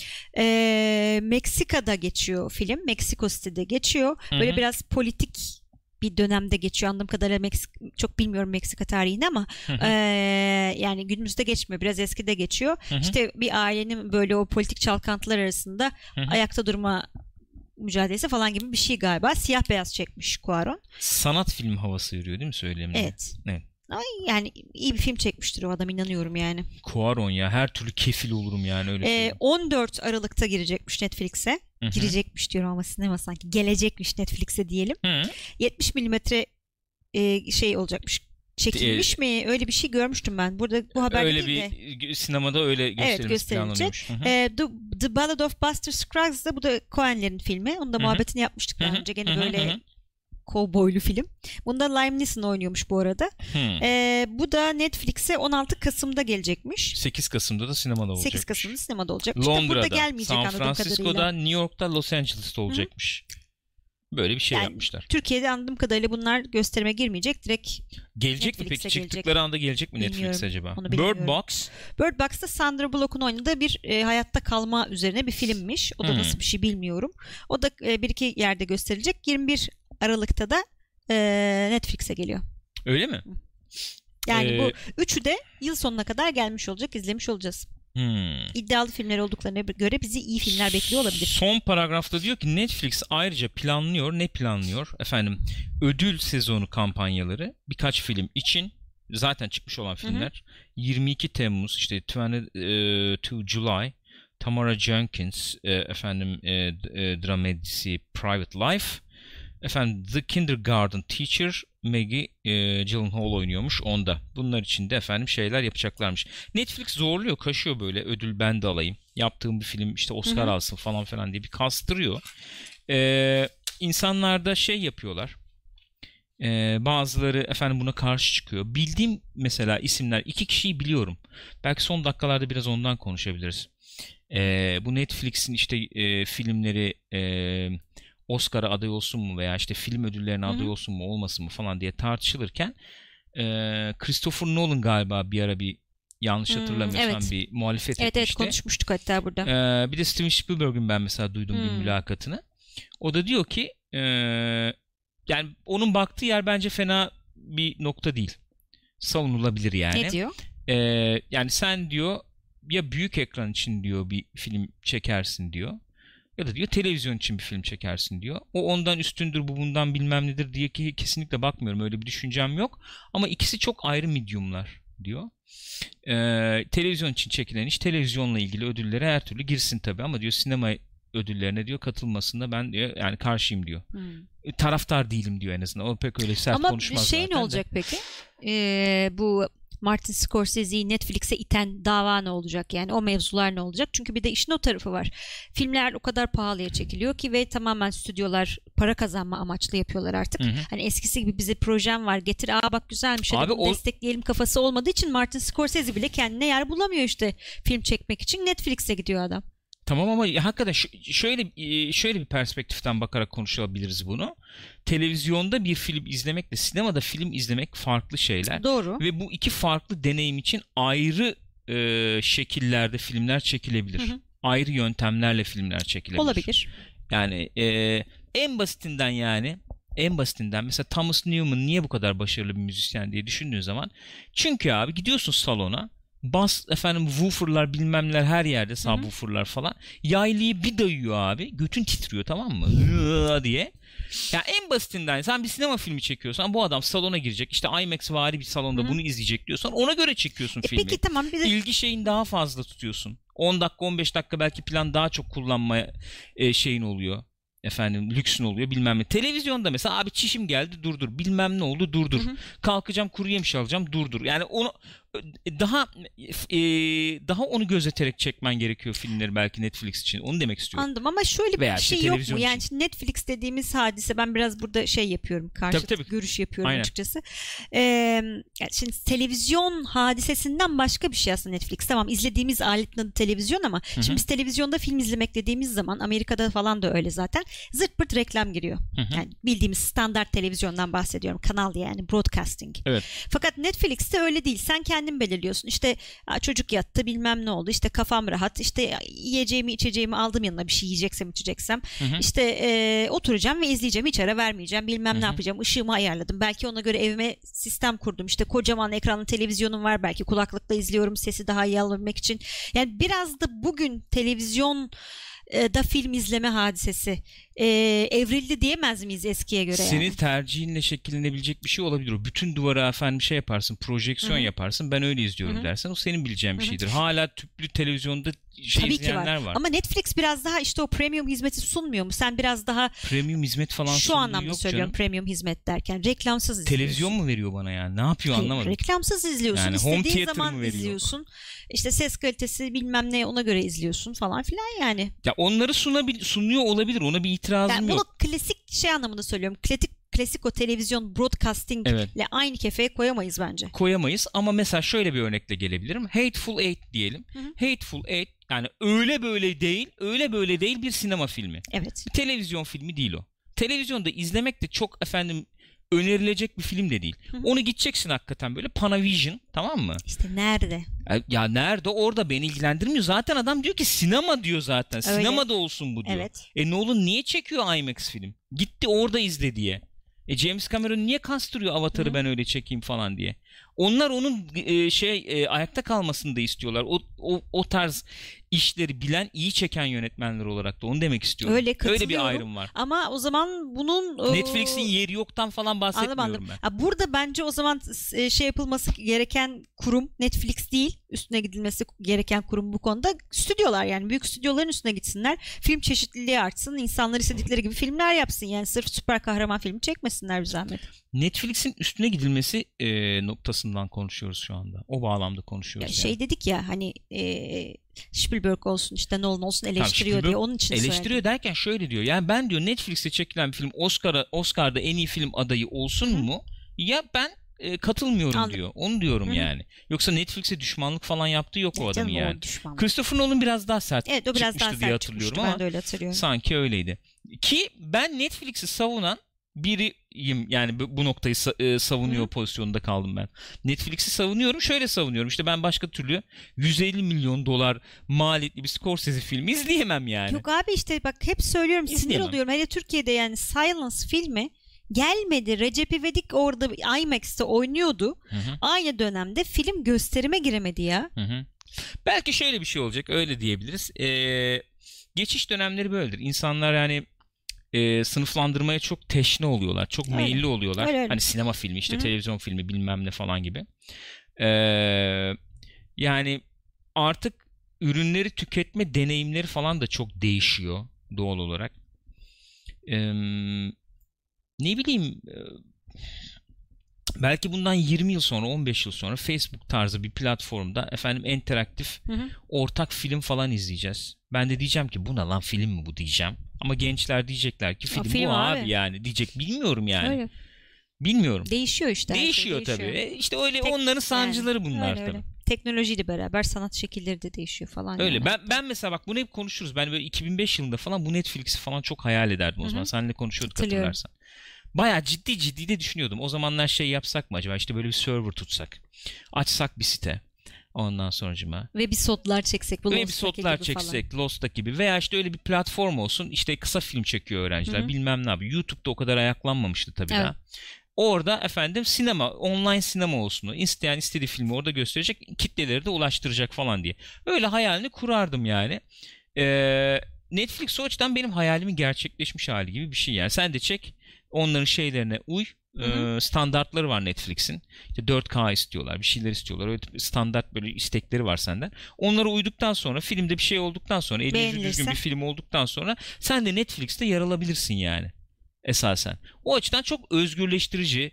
Speaker 2: Meksika'da geçiyor film. Meksiko City'de geçiyor. Böyle biraz politik bir dönemde geçiyor. Anladığım kadarıyla çok bilmiyorum Meksika tarihini ama yani günümüzde geçmiyor. Biraz eskide geçiyor. İşte bir ailenin böyle o politik çalkantılar arasında ayakta durma mücadelesi falan gibi bir şey galiba. Siyah beyaz çekmiş Cuarón.
Speaker 1: Sanat film havası veriyor değil mi söylemde?
Speaker 2: Evet. Yani iyi bir film çekmiştir o adam, inanıyorum yani.
Speaker 1: Cuarón ya, her türlü kefil olurum yani, öyle
Speaker 2: 14 Aralık'ta girecekmiş Netflix'e. Girecekmiş diyorum ama sinema sanki. Gelecekmiş Netflix'e diyelim. 70 milimetre şey olacakmış. Çekilmiş mi? Öyle bir şey görmüştüm ben. Burada bu haberde
Speaker 1: öyle
Speaker 2: değil
Speaker 1: bir sinemada öyle gösterilmesi planlanıyormuş.
Speaker 2: The Ballad of Buster Scruggs da bu da Coen'lerin filmi. Onun da muhabbetini yapmıştık daha önce. Gene böyle kovboylu film. Bunda Liam Neeson oynuyormuş bu arada. Bu da Netflix'e 16 Kasım'da gelecekmiş.
Speaker 1: 8 Kasım'da da sinemada olacak.
Speaker 2: 8 Kasım'da sinemada olacakmış.
Speaker 1: Londra'da,
Speaker 2: burada gelmeyecek
Speaker 1: San Francisco'da, New York'ta, Los Angeles'ta olacakmış. Böyle bir şey yapmışlar.
Speaker 2: Türkiye'de anladığım kadarıyla bunlar gösterime girmeyecek. Direkt
Speaker 1: gelecek
Speaker 2: Netflix'e
Speaker 1: mi peki? Çıktıkları anda gelecek mi Netflix acaba?
Speaker 2: Bird
Speaker 1: Box?
Speaker 2: Bird Box'ta Sandra Bullock'un oynadığı bir hayatta kalma üzerine bir filmmiş. O da nasıl bir şey bilmiyorum. O da bir iki yerde gösterilecek. 21 Aralık'ta da Netflix'e geliyor.
Speaker 1: Öyle mi?
Speaker 2: Yani bu üçü de yıl sonuna kadar gelmiş olacak. İzlemiş olacağız. İddialı filmler olduklarına göre bizi iyi filmler bekliyor olabilir.
Speaker 1: Son paragrafta diyor ki Netflix ayrıca ne planlıyor? Ödül sezonu kampanyaları birkaç film için, zaten çıkmış olan filmler. 22 Temmuz, işte 22 July, Tamara Jenkins dramedisi Private Life, The Kindergarten Teacher, Maggie Gyllenhaal oynuyormuş onda. Bunlar için de şeyler yapacaklarmış. Netflix zorluyor, kaşıyor böyle, ödül ben de alayım. Yaptığım bir film işte Oscar alsın falan filan diye bir kastırıyor. İnsanlar da yapıyorlar. Bazıları buna karşı çıkıyor. Bildiğim mesela isimler, 2 kişiyi biliyorum. Belki son dakikalarda biraz ondan konuşabiliriz. Bu Netflix'in filmleri Oscar'a aday olsun mu veya film ödüllerine aday olsun mu olmasın mı falan diye tartışılırken Christopher Nolan galiba bir ara, bir yanlış hatırlamıyorsam bir muhalefet etmişti.
Speaker 2: Evet, konuşmuştuk hatta burada.
Speaker 1: Bir de Steven Spielberg'ün ben mesela duydum bir mülakatını. O da diyor ki yani onun baktığı yer bence fena bir nokta değil. Savunulabilir yani.
Speaker 2: Ne diyor?
Speaker 1: Yani sen diyor ya büyük ekran için diyor bir film çekersin diyor. Ya da diyor televizyon için bir film çekersin diyor. O ondan üstündür, bu bundan bilmem nedir diye ki kesinlikle bakmıyorum. Öyle bir düşüncem yok. Ama ikisi çok ayrı medyumlar diyor. Televizyon için çekilen iş, televizyonla ilgili ödüllere her türlü girsin tabii, ama diyor sinema ödüllerine diyor katılmasında ben diyor yani karşıyım diyor. Taraftar değilim diyor en azından. O pek öyle sert konuşmaz zaten.
Speaker 2: Ama ne olacak peki? Bu Martin Scorsese'yi Netflix'e iten dava ne olacak yani? O mevzular ne olacak? Çünkü bir de işin o tarafı var. Filmler o kadar pahalıya çekiliyor ki ve tamamen stüdyolar para kazanma amaçlı yapıyorlar artık. Hani eskisi gibi bize projem var, getir bak güzelmiş, hadi bunu destekleyelim kafası olmadığı için Martin Scorsese bile kendine yer bulamıyor film çekmek için. Netflix'e gidiyor adam.
Speaker 1: Tamam ama hakikaten şöyle bir perspektiften bakarak konuşabiliriz bunu. Televizyonda bir film izlemekle sinemada film izlemek farklı şeyler.
Speaker 2: Doğru.
Speaker 1: Ve bu iki farklı deneyim için ayrı şekillerde filmler çekilebilir. Ayrı yöntemlerle filmler çekilebilir.
Speaker 2: Olabilir.
Speaker 1: Yani en basitinden mesela Thomas Newman niye bu kadar başarılı bir müzisyen diye düşündüğün zaman, çünkü abi gidiyorsun salona, bas wooferlar bilmem neler her yerde, subwooferlar falan, yaylıyı bir dayıyor abi, götün titriyor, tamam mı diye. Yani en basitinden sen bir sinema filmi çekiyorsan, bu adam salona girecek, işte IMAX vari bir salonda bunu izleyecek diyorsan ona göre çekiyorsun filmi.
Speaker 2: Peki tamam,
Speaker 1: İlgi şeyin daha fazla tutuyorsun. 10 dakika 15 dakika belki plan daha çok kullanmaya şeyin oluyor. Lüksün oluyor bilmem ne. Televizyonda mesela abi çişim geldi, durdur. Bilmem ne oldu, durdur. Kalkacağım kuru yemiş alacağım, durdur. Yani onu daha onu gözeterek çekmen gerekiyor filmleri belki Netflix için. Onu demek istiyorum.
Speaker 2: Anladım ama şöyle
Speaker 1: Veya
Speaker 2: bir
Speaker 1: işte
Speaker 2: şey yok mu?
Speaker 1: televizyon
Speaker 2: Yani
Speaker 1: için.
Speaker 2: şimdi Netflix dediğimiz hadise, ben biraz burada şey yapıyorum.
Speaker 1: Tabii.
Speaker 2: Görüş yapıyorum
Speaker 1: Aynen.
Speaker 2: açıkçası. Yani şimdi televizyon hadisesinden başka bir şey aslında Netflix. Tamam, izlediğimiz aletin adı televizyon ama şimdi biz televizyonda film izlemek dediğimiz zaman, Amerika'da falan da öyle zaten, zırt pırt reklam giriyor. Yani bildiğimiz standart televizyondan bahsediyorum. Kanal yani, broadcasting.
Speaker 1: Evet.
Speaker 2: Fakat Netflix'te öyle değil. Sen kendin belirliyorsun. İşte çocuk yattı, bilmem ne oldu. İşte kafam rahat. İşte yiyeceğimi içeceğimi aldım yanına, bir şey yiyeceksem içeceksem. İşte oturacağım ve izleyeceğim. Hiç ara vermeyeceğim. Bilmem ne yapacağım. Işığımı ayarladım. Belki ona göre evime sistem kurdum. İşte kocaman ekranlı televizyonum var. Belki kulaklıkla izliyorum, sesi daha iyi alabilmek için. Yani biraz da bugün televizyon da film izleme hadisesi evrildi diyemez miyiz eskiye göre?
Speaker 1: Senin
Speaker 2: yani?
Speaker 1: tercihinle şekillenebilecek bir şey olabilir. O bütün duvara efendim şey yaparsın, projeksiyon yaparsın. Ben öyle izliyorum dersen, o senin bileceğin bir şeydir. Hala tüplü televizyonda
Speaker 2: Tabii
Speaker 1: izleyenler
Speaker 2: ki var.
Speaker 1: var.
Speaker 2: Ama Netflix biraz daha işte o premium hizmeti sunmuyor mu? Sen biraz daha
Speaker 1: Premium hizmet falan
Speaker 2: şu
Speaker 1: sunduğu
Speaker 2: anlamda
Speaker 1: yok
Speaker 2: söylüyorum
Speaker 1: canım.
Speaker 2: premium hizmet derken, reklamsız izliyorsun.
Speaker 1: Televizyon mu veriyor bana yani? Ne yapıyor
Speaker 2: Hayır,
Speaker 1: anlamadım.
Speaker 2: reklamsız izliyorsun.
Speaker 1: Yani home
Speaker 2: İstediğin
Speaker 1: theater
Speaker 2: zaman
Speaker 1: mı veriyor?
Speaker 2: izliyorsun. İşte ses kalitesi bilmem ne, ona göre izliyorsun falan filan yani.
Speaker 1: Ya onları sunuyor olabilir. Ona bir itirazım
Speaker 2: Yani
Speaker 1: yok.
Speaker 2: bunu klasik şey anlamında söylüyorum. Klasik o televizyon broadcasting ile aynı kefeye koyamayız bence.
Speaker 1: Koyamayız ama mesela şöyle bir örnekle gelebilirim. Hateful Eight diyelim. Hateful Eight yani öyle böyle değil bir sinema filmi.
Speaker 2: Evet.
Speaker 1: Bir televizyon filmi değil o. Televizyonda izlemek de çok önerilecek bir film de değil. Onu gideceksin hakikaten böyle Panavision, tamam mı?
Speaker 2: İşte nerede?
Speaker 1: Ya nerede? Orada beni ilgilendirmiyor. Zaten adam diyor ki sinema diyor zaten.
Speaker 2: Öyle.
Speaker 1: Sinemada olsun bu diyor.
Speaker 2: Evet.
Speaker 1: Nolan niye çekiyor IMAX film? Gitti orada izle diye. James Cameron niye kastırıyor Avatar'ı ben öyle çekeyim falan diye. Onlar onun ayakta kalmasını da istiyorlar. O tarz işleri bilen, iyi çeken yönetmenler olarak da onu demek istiyorum. Öyle bir ayrım var.
Speaker 2: Ama o zaman bunun
Speaker 1: Netflix'in yeri yoktan falan bahsetmiyorum
Speaker 2: anladım.
Speaker 1: ben.
Speaker 2: Burada bence o zaman şey yapılması gereken kurum Netflix değil. Üstüne gidilmesi gereken kurum bu konuda stüdyolar, yani büyük stüdyoların üstüne gitsinler. Film çeşitliliği artsın. İnsanlar istedikleri gibi filmler yapsın. Yani sırf süper kahraman filmi çekmesinler bir zahmet.
Speaker 1: Netflix'in üstüne gidilmesi noktasından konuşuyoruz şu anda. O bağlamda konuşuyoruz.
Speaker 2: Ya şey dedik ya hani Spielberg olsun işte Nolan olsun eleştiriyor diye, onun için
Speaker 1: eleştiriyor
Speaker 2: söyledim.
Speaker 1: derken şöyle diyor. Yani ben diyor Netflix'te çekilen bir film Oscar'da en iyi film adayı olsun mu? Ya ben katılmıyorum diyor. Onu diyorum yani. Yoksa Netflix'e düşmanlık falan yaptığı yok o adamın yani. Christopher Nolan biraz daha sert
Speaker 2: evet, o biraz daha
Speaker 1: diye
Speaker 2: sert
Speaker 1: hatırlıyorum ama
Speaker 2: ben de öyle hatırlıyorum.
Speaker 1: sanki öyleydi. Ki ben Netflix'i savunan biriyim yani, bu noktayı savunuyor pozisyonunda kaldım ben. Netflix'i savunuyorum, şöyle savunuyorum. İşte ben başka türlü 150 milyon dolar maliyetli bir Scorsese filmi izleyemem yani.
Speaker 2: Yok abi, işte bak hep söylüyorum, sinir oluyorum. Hele Türkiye'de yani Silence filmi gelmedi. Recep İvedik orada IMAX'te oynuyordu. Aynı dönemde film gösterime giremedi ya.
Speaker 1: Belki şöyle bir şey olacak, öyle diyebiliriz. Geçiş dönemleri böyledir. İnsanlar yani sınıflandırmaya çok teşne oluyorlar. Çok meyilli oluyorlar.
Speaker 2: Öyle.
Speaker 1: Hani sinema filmi, işte televizyon filmi bilmem ne falan gibi. Yani artık ürünleri tüketme deneyimleri falan da çok değişiyor doğal olarak. Ne bileyim, belki bundan 20 yıl sonra, 15 yıl sonra Facebook tarzı bir platformda interaktif ortak film falan izleyeceğiz. Ben de diyeceğim ki bu ne lan, film mi bu diyeceğim. Ama gençler diyecekler ki film bu abi yani diyecek. Bilmiyorum yani.
Speaker 2: Öyle.
Speaker 1: Bilmiyorum.
Speaker 2: Değişiyor işte.
Speaker 1: Değişiyor tabii. İşte öyle onların sancıları bunlar tabii.
Speaker 2: Öyle. Teknolojiyle beraber sanat şekilleri de değişiyor falan.
Speaker 1: Öyle.
Speaker 2: Yani.
Speaker 1: Ben mesela bak bunu hep konuşuruz. Ben böyle 2005 yılında falan bu Netflix'i falan çok hayal ederdim o zaman. Seninle konuşuyorduk hatırlarsan. Bayağı ciddi de düşünüyordum. O zamanlar şey yapsak mı acaba? İşte böyle bir server tutsak. Açsak bir site. Ondan sonracıma.
Speaker 2: Ve bir sodlar çeksek.
Speaker 1: Lost'taki gibi. Veya işte öyle bir platform olsun. İşte kısa film çekiyor öğrenciler. Bilmem ne yapıyor. YouTube'da o kadar ayaklanmamıştı tabii daha. Orada sinema, online sinema olsun. İsteyen istediği filmi orada gösterecek. Kitleleri de ulaştıracak falan diye. Öyle hayalini kurardım yani. Netflix o açıdan benim hayalimin gerçekleşmiş hali gibi bir şey yani. Sen de çek. Onların şeylerine uy. Standartları var Netflix'in. İşte 4K istiyorlar, bir şeyler istiyorlar. Öyle standart böyle istekleri var senden. Onlara uyduktan sonra, filmde bir şey olduktan sonra, eli düzgün bir film olduktan sonra sen de Netflix'te yer alabilirsin yani. Esasen. O açıdan çok özgürleştirici,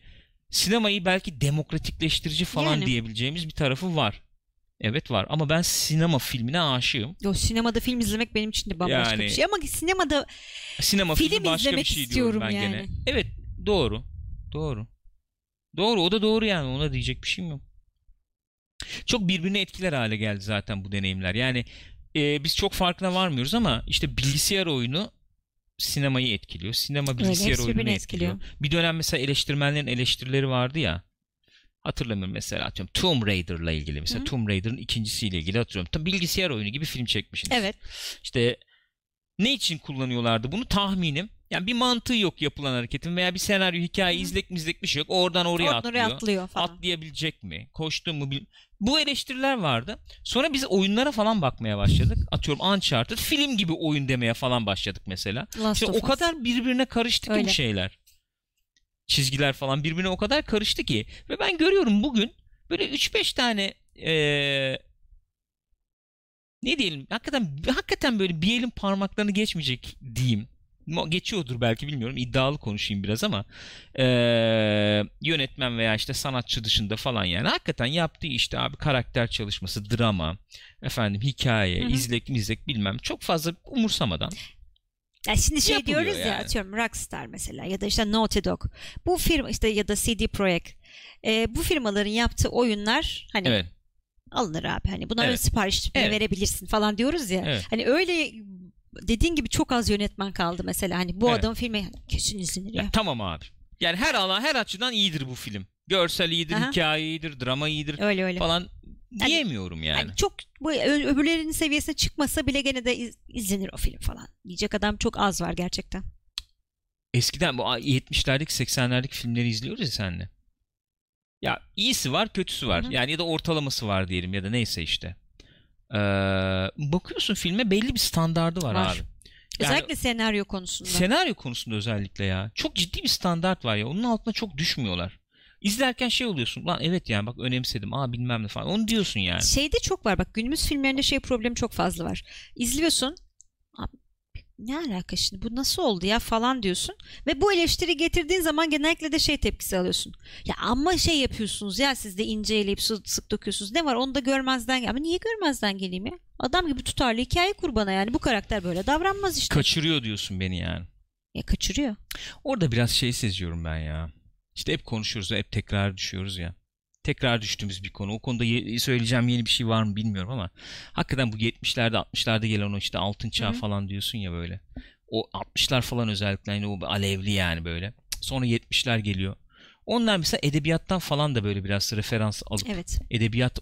Speaker 1: sinemayı belki demokratikleştirici falan diyebileceğimiz bir tarafı var. Evet var ama ben sinema filmine aşığım.
Speaker 2: O sinemada film izlemek benim için de bambaşka bir şey ama sinemada film başka izlemek bir şey istiyorum ben yani. Gene.
Speaker 1: Evet, doğru. Doğru, o da doğru yani, ona diyecek bir şeyim yok. Çok birbirine etkiler hale geldi zaten bu deneyimler. Yani biz çok farkına varmıyoruz ama işte bilgisayar oyunu sinemayı etkiliyor. Sinema bilgisayar oyununu etkiliyor. Bir dönem mesela eleştirmenlerin eleştirileri vardı ya. Hatırlamıyorum mesela, atıyorum Tomb Raider'la ilgili mesela. Tomb Raider'ın ikincisiyle ilgili hatırlıyorum. Tam bilgisayar oyunu gibi film çekmişsiniz.
Speaker 2: Evet.
Speaker 1: İşte ne için kullanıyorlardı bunu tahminim. Yani bir mantığı yok yapılan hareketin veya bir senaryo, hikaye, izlek bir şey yok. Oradan oraya atlıyor falan. Atlayabilecek mi? Koştu mu? Bu eleştiriler vardı. Sonra biz oyunlara falan bakmaya başladık. Atıyorum Uncharted film gibi oyun demeye falan başladık mesela. İşte o kadar birbirine karıştı ki bu şeyler. Çizgiler falan birbirine o kadar karıştı ki. Ve ben görüyorum bugün böyle 3-5 tane ne diyelim, hakikaten böyle bir elin parmaklarını geçmeyecek diyeyim. Geçiyordur belki, bilmiyorum, iddialı konuşayım biraz ama yönetmen veya işte sanatçı dışında falan yani hakikaten yaptığı işte abi karakter çalışması, drama, hikaye, izlek bilmem çok fazla umursamadan.
Speaker 2: Ya şimdi diyoruz ya, atıyorum Rockstar mesela ya da işte Naughty Dog. Bu firma işte ya da CD Projekt. Bu firmaların yaptığı oyunlar hani alınır abi. Hani bunlara sipariş verebilirsin falan diyoruz ya. Evet. Hani öyle dediğin gibi çok az yönetmen kaldı mesela. Hani bu adamın filmi kesin izlenir ya.
Speaker 1: Tamam abi. Yani her açıdan iyidir bu film. Görsel iyidir, hikaye iyidir, drama iyidir öyle. Falan diyemiyorum yani.
Speaker 2: Yani çok bu öbürlerinin seviyesine çıkmasa bile gene de izlenir o film falan. Diyecek adam çok az var gerçekten.
Speaker 1: Eskiden bu 70'lerdeki 80'lerdeki filmleri izliyoruz ya seninle. Ya iyisi var, kötüsü var. Yani ya da ortalaması var diyelim ya da neyse işte. Bakıyorsun filme belli bir standardı var abi. Yani,
Speaker 2: özellikle senaryo konusunda.
Speaker 1: Senaryo konusunda özellikle ya. Çok ciddi bir standart var ya. Onun altına çok düşmüyorlar. İzlerken oluyorsun. Lan evet yani bak önemsedim. Bilmem ne falan. Onu diyorsun yani.
Speaker 2: Şeyde çok var bak, günümüz filmlerinde problemi çok fazla var. İzliyorsun. Abi, ne alaka şimdi? Bu nasıl oldu ya falan diyorsun. Ve bu eleştiri getirdiğin zaman genellikle de tepkisi alıyorsun. Ya ama yapıyorsunuz ya, siz de inceleyip sık dokuyorsunuz. Ne var onu da görmezden gel. Ama niye görmezden geleyim ya? Adam gibi tutarlı hikaye kurbana yani. Bu karakter böyle davranmaz işte.
Speaker 1: Kaçırıyor diyorsun beni yani.
Speaker 2: Ya kaçırıyor.
Speaker 1: Orada biraz seziyorum ben ya. İşte hep konuşuyoruz, hep tekrar düşüyoruz ya. Tekrar düştüğümüz bir konu. O konuda söyleyeceğim yeni bir şey var mı bilmiyorum ama hakikaten bu 70'lerde 60'larda gelen o işte altın çağ falan diyorsun ya böyle. O 60'lar falan özellikle yani o alevli yani böyle. Sonra 70'ler geliyor. Onlar mesela edebiyattan falan da böyle biraz referans alıp edebiyat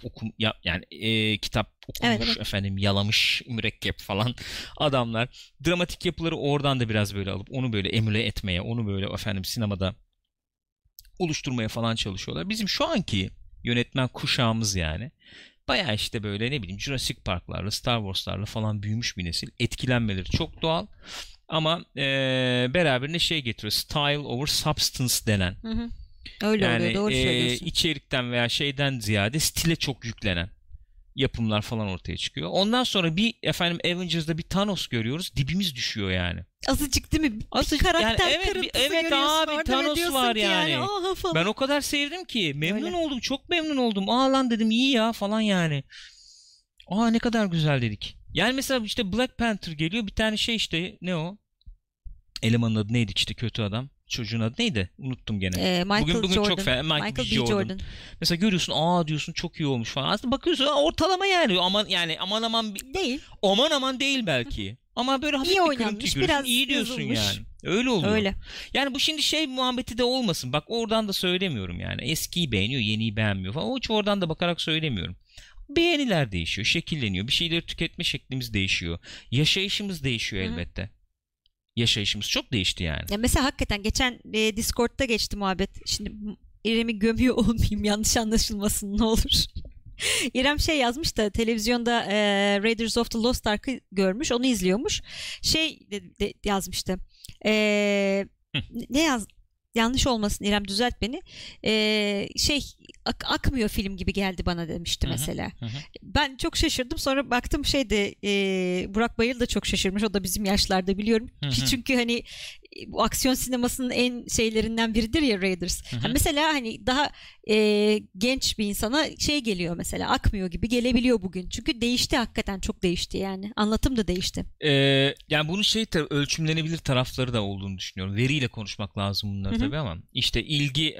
Speaker 1: kitap okumuş yalamış mürekkep falan adamlar. Dramatik yapıları oradan da biraz böyle alıp onu böyle emüle etmeye, onu böyle sinemada oluşturmaya falan çalışıyorlar. Bizim şu anki yönetmen kuşağımız yani bayağı işte böyle ne bileyim Jurassic Park'larla, Star Wars'larla falan büyümüş bir nesil. Etkilenmeleri çok doğal ama beraberinde getiriyor. Style over substance denen.
Speaker 2: Öyle oluyor, doğru söylüyorsun.
Speaker 1: İçerikten veya şeyden ziyade stile çok yüklenen yapımlar falan ortaya çıkıyor. Ondan sonra bir Avengers'da bir Thanos görüyoruz. Dibimiz düşüyor yani.
Speaker 2: Azıcık değil mi? Azıcık karakter
Speaker 1: yani
Speaker 2: kırıntısı görüyorsun
Speaker 1: abi Thanos var yani. Ben o kadar sevdim ki. Memnun oldum. Çok memnun oldum. Lan dedim iyi ya falan yani. Ne kadar güzel dedik. Yani mesela işte Black Panther geliyor. Bir tane işte ne o? Elemanın adı neydi işte kötü adam? Çocuğun adı neydi? Unuttum gene. Bugün
Speaker 2: Jordan.
Speaker 1: Çok fena. Michael B. Jordan. Mesela görüyorsun diyorsun çok iyi olmuş falan. Aslında bakıyorsun ortalama yani. Aman
Speaker 2: değil.
Speaker 1: Aman değil belki. Ama böyle hafif bir kırıntı görüyorsun. İyi diyorsun yazılmış. Yani. Öyle oluyor.
Speaker 2: Öyle.
Speaker 1: Yani bu şimdi muhabbeti de olmasın. Bak oradan da söylemiyorum yani. Eskiyi beğeniyor, yeniyi beğenmiyor falan. Hiç oradan da bakarak söylemiyorum. Beğeniler değişiyor, şekilleniyor. Bir şeyleri tüketme şeklimiz değişiyor. Yaşayışımız değişiyor elbette. Yaşayışımız çok değişti yani.
Speaker 2: Ya mesela hakikaten geçen Discord'da geçti muhabbet. Şimdi İrem'i gömüyor olmayayım, yanlış anlaşılmasın ne olur. İrem yazmış da televizyonda Raiders of the Lost Ark'ı görmüş, onu izliyormuş. Yazmıştı. Yanlış olmasın İrem, düzelt beni. Akmıyor film gibi geldi bana demişti mesela. Ben çok şaşırdım. Sonra baktım Burak Bayıl da çok şaşırmış. O da bizim yaşlarda biliyorum. Çünkü bu aksiyon sinemasının en şeylerinden biridir ya Raiders. Mesela hani daha genç bir insana şey geliyor mesela, akmıyor gibi gelebiliyor bugün. Çünkü değişti, hakikaten çok değişti yani. Anlatım da değişti.
Speaker 1: Yani bunun ölçümlenebilir tarafları da olduğunu düşünüyorum. Veriyle konuşmak lazım bunlar tabii ama işte ilgi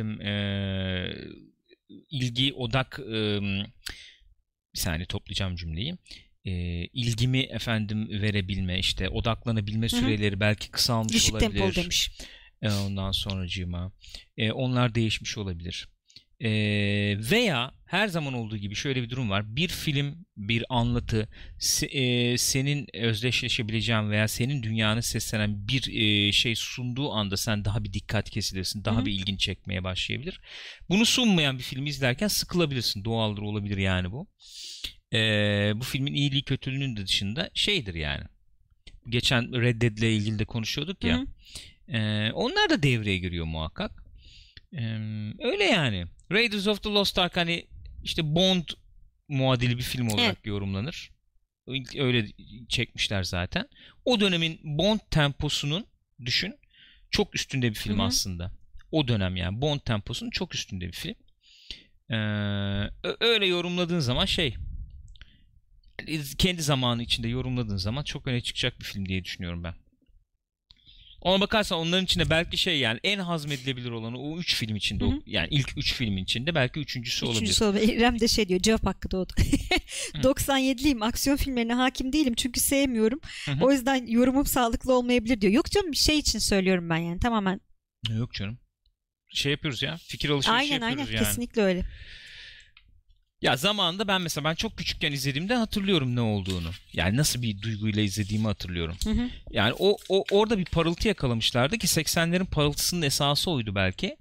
Speaker 1: ilgi odak bir saniye toplayacağım cümleyi. İlgimi verebilme, işte odaklanabilme süreleri belki kısalmış
Speaker 2: düşük
Speaker 1: olabilir.
Speaker 2: Düşük tempo demiş.
Speaker 1: Ondan sonracığıma onlar değişmiş olabilir. Veya her zaman olduğu gibi şöyle bir durum var. Bir film, bir anlatı senin özdeşleşebileceğin veya senin dünyanı seslenen bir şey sunduğu anda sen daha bir dikkat kesilirsin. Daha bir ilgin çekmeye başlayabilir. Bunu sunmayan bir filmi izlerken sıkılabilirsin. Doğaldır, olabilir yani bu. Bu filmin iyiliği kötülüğünün de dışında şeydir yani. Geçen Red Dead'le ilgili de konuşuyorduk ya. Onlar da devreye giriyor muhakkak. Öyle yani. Raiders of the Lost Ark hani işte Bond muadili bir film olarak yorumlanır. Öyle çekmişler zaten. O dönemin Bond temposunun düşün, çok üstünde bir film aslında. O dönem yani Bond temposunun çok üstünde bir film. Öyle yorumladığın zaman kendi zamanı içinde yorumladığın zaman çok öne çıkacak bir film diye düşünüyorum ben. Ona bakarsan onların içinde belki yani en hazmedilebilir olanı o 3 film içinde. Yani ilk 3 filmin içinde belki üçüncüsü olabilir.
Speaker 2: İrem de diyor, cevap hakkı doğdu. 97'liyim, aksiyon filmlerine hakim değilim çünkü sevmiyorum. O yüzden yorumum sağlıklı olmayabilir diyor. Yok canım, şey için söylüyorum ben yani, tamamen.
Speaker 1: Yok canım. Yapıyoruz ya, fikir alışverişi yapıyoruz yani.
Speaker 2: Aynen, kesinlikle öyle.
Speaker 1: Ya zamanında ben çok küçükken izlediğimde hatırlıyorum ne olduğunu. Yani nasıl bir duyguyla izlediğimi hatırlıyorum. Yani orada bir parıltı yakalamışlardı ki 80'lerin parıltısının esası oydu belki.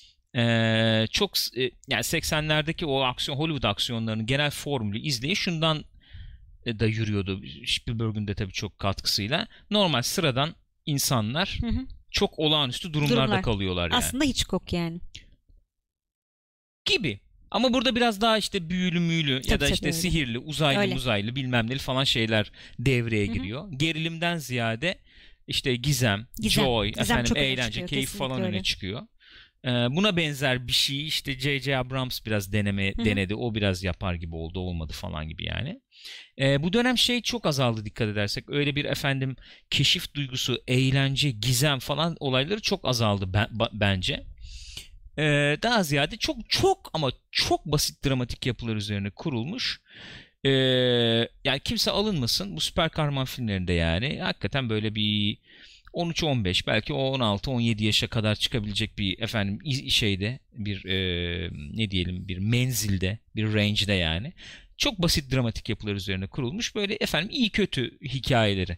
Speaker 1: Yani 80'lerdeki o Hollywood aksiyonlarının genel formülü izleyi şundan da yürüyordu. Spielberg'ün de tabii çok katkısıyla. Normal sıradan insanlar çok olağanüstü durumlarda kalıyorlar yani.
Speaker 2: Aslında Hitchcock yani.
Speaker 1: Gibi. Ama burada biraz daha işte büyülü ya da işte sihirli, uzaylı bilmem neli falan şeyler devreye giriyor. Gerilimden ziyade işte gizem, joy, eğlence, keyif falan öne çıkıyor. Buna benzer bir şey işte J.J. Abrams biraz denedi. O biraz yapar gibi oldu, olmadı falan gibi yani. Bu dönem çok azaldı dikkat edersek. Öyle bir keşif duygusu, eğlence, gizem falan olayları çok azaldı bence. Daha ziyade çok basit dramatik yapılar üzerine kurulmuş. Yani kimse alınmasın bu süper kahraman filmlerinde yani. Hakikaten böyle bir 13-15 belki 16-17 yaşa kadar çıkabilecek bir bir ne diyelim bir menzilde, bir range'de yani. Çok basit dramatik yapılar üzerine kurulmuş böyle iyi kötü hikayeleri.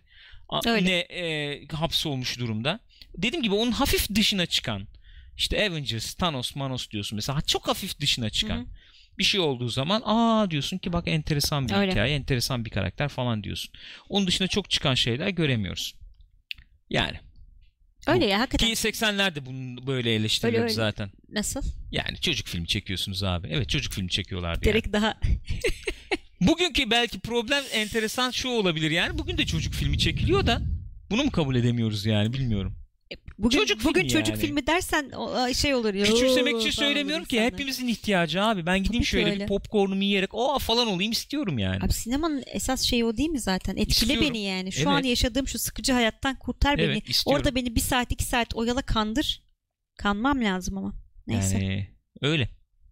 Speaker 1: Hapsolmuş durumda. Dediğim gibi onun hafif dışına çıkan İşte Avengers, Thanos, Manos diyorsun mesela. Çok hafif dışına çıkan bir şey olduğu zaman diyorsun ki bak enteresan bir hikaye, enteresan bir karakter falan diyorsun. Onun dışında çok çıkan şeyler göremiyoruz. Yani.
Speaker 2: Öyle ya, hakikaten.
Speaker 1: Ki 80'lerde bunu böyle eleştiriyordu zaten.
Speaker 2: Nasıl?
Speaker 1: Yani çocuk filmi çekiyorsunuz abi. Evet, çocuk filmi çekiyorlardı
Speaker 2: direkt daha...
Speaker 1: Bugünkü belki problem enteresan şu olabilir yani. Bugün de çocuk filmi çekiliyor da bunu mu kabul edemiyoruz yani, bilmiyorum.
Speaker 2: Bugün çocuk filmi dersen şey olur ya.
Speaker 1: Küçümsemek için söylemiyorum ki, hepimizin ihtiyacı abi. Ben gideyim şöyle bir popcornumu yiyerek falan olayım istiyorum yani.
Speaker 2: Abi sinemanın esas şeyi o değil mi zaten? Etkile beni yani. Şu an yaşadığım şu sıkıcı hayattan kurtar beni.
Speaker 1: İstiyorum.
Speaker 2: Orada beni 1 saat 2 saat oyala, kandır. Kanmam lazım ama. Neyse.
Speaker 1: Yani öyle.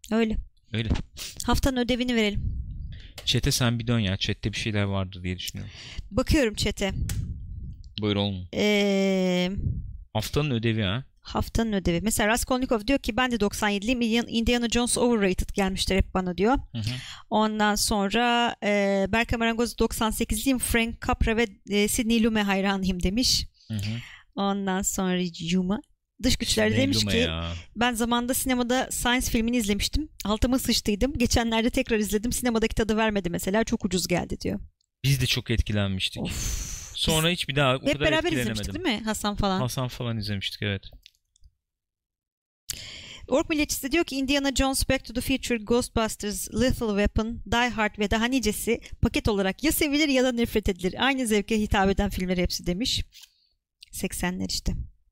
Speaker 2: Haftanın ödevini verelim.
Speaker 1: Chat'e sen bir dön ya. Chat'te bir şeyler vardır diye düşünüyorum.
Speaker 2: Bakıyorum chat'e.
Speaker 1: Buyur oğlum. Haftanın ödevi ha.
Speaker 2: Haftanın ödevi. Mesela Raskolnikov diyor ki ben de 97'liyim. Indiana Jones overrated gelmiştir hep bana diyor. Ondan sonra Berke Marangoz 98'liyim. Frank Capra ve Sidney Lumet hayranıyım demiş. Ondan sonra Yuma Dış Güçler demiş ki ben zamanında sinemada Science filmini izlemiştim. Altıma sıçtıydım. Geçenlerde tekrar izledim. Sinemadaki tadı vermedi mesela. Çok ucuz geldi diyor.
Speaker 1: Biz de çok etkilenmiştik. Sonra hiç bir daha o kadar
Speaker 2: hep beraber izlemiştik değil mi? Hasan falan
Speaker 1: izlemiştik, evet.
Speaker 2: Ork Milletçisi diyor ki Indiana Jones, Back to the Future, Ghostbusters, Lethal Weapon, Die Hard ve daha nicesi paket olarak ya sevilir ya da nefret edilir. Aynı zevke hitap eden filmler hepsi demiş. 80'ler işte.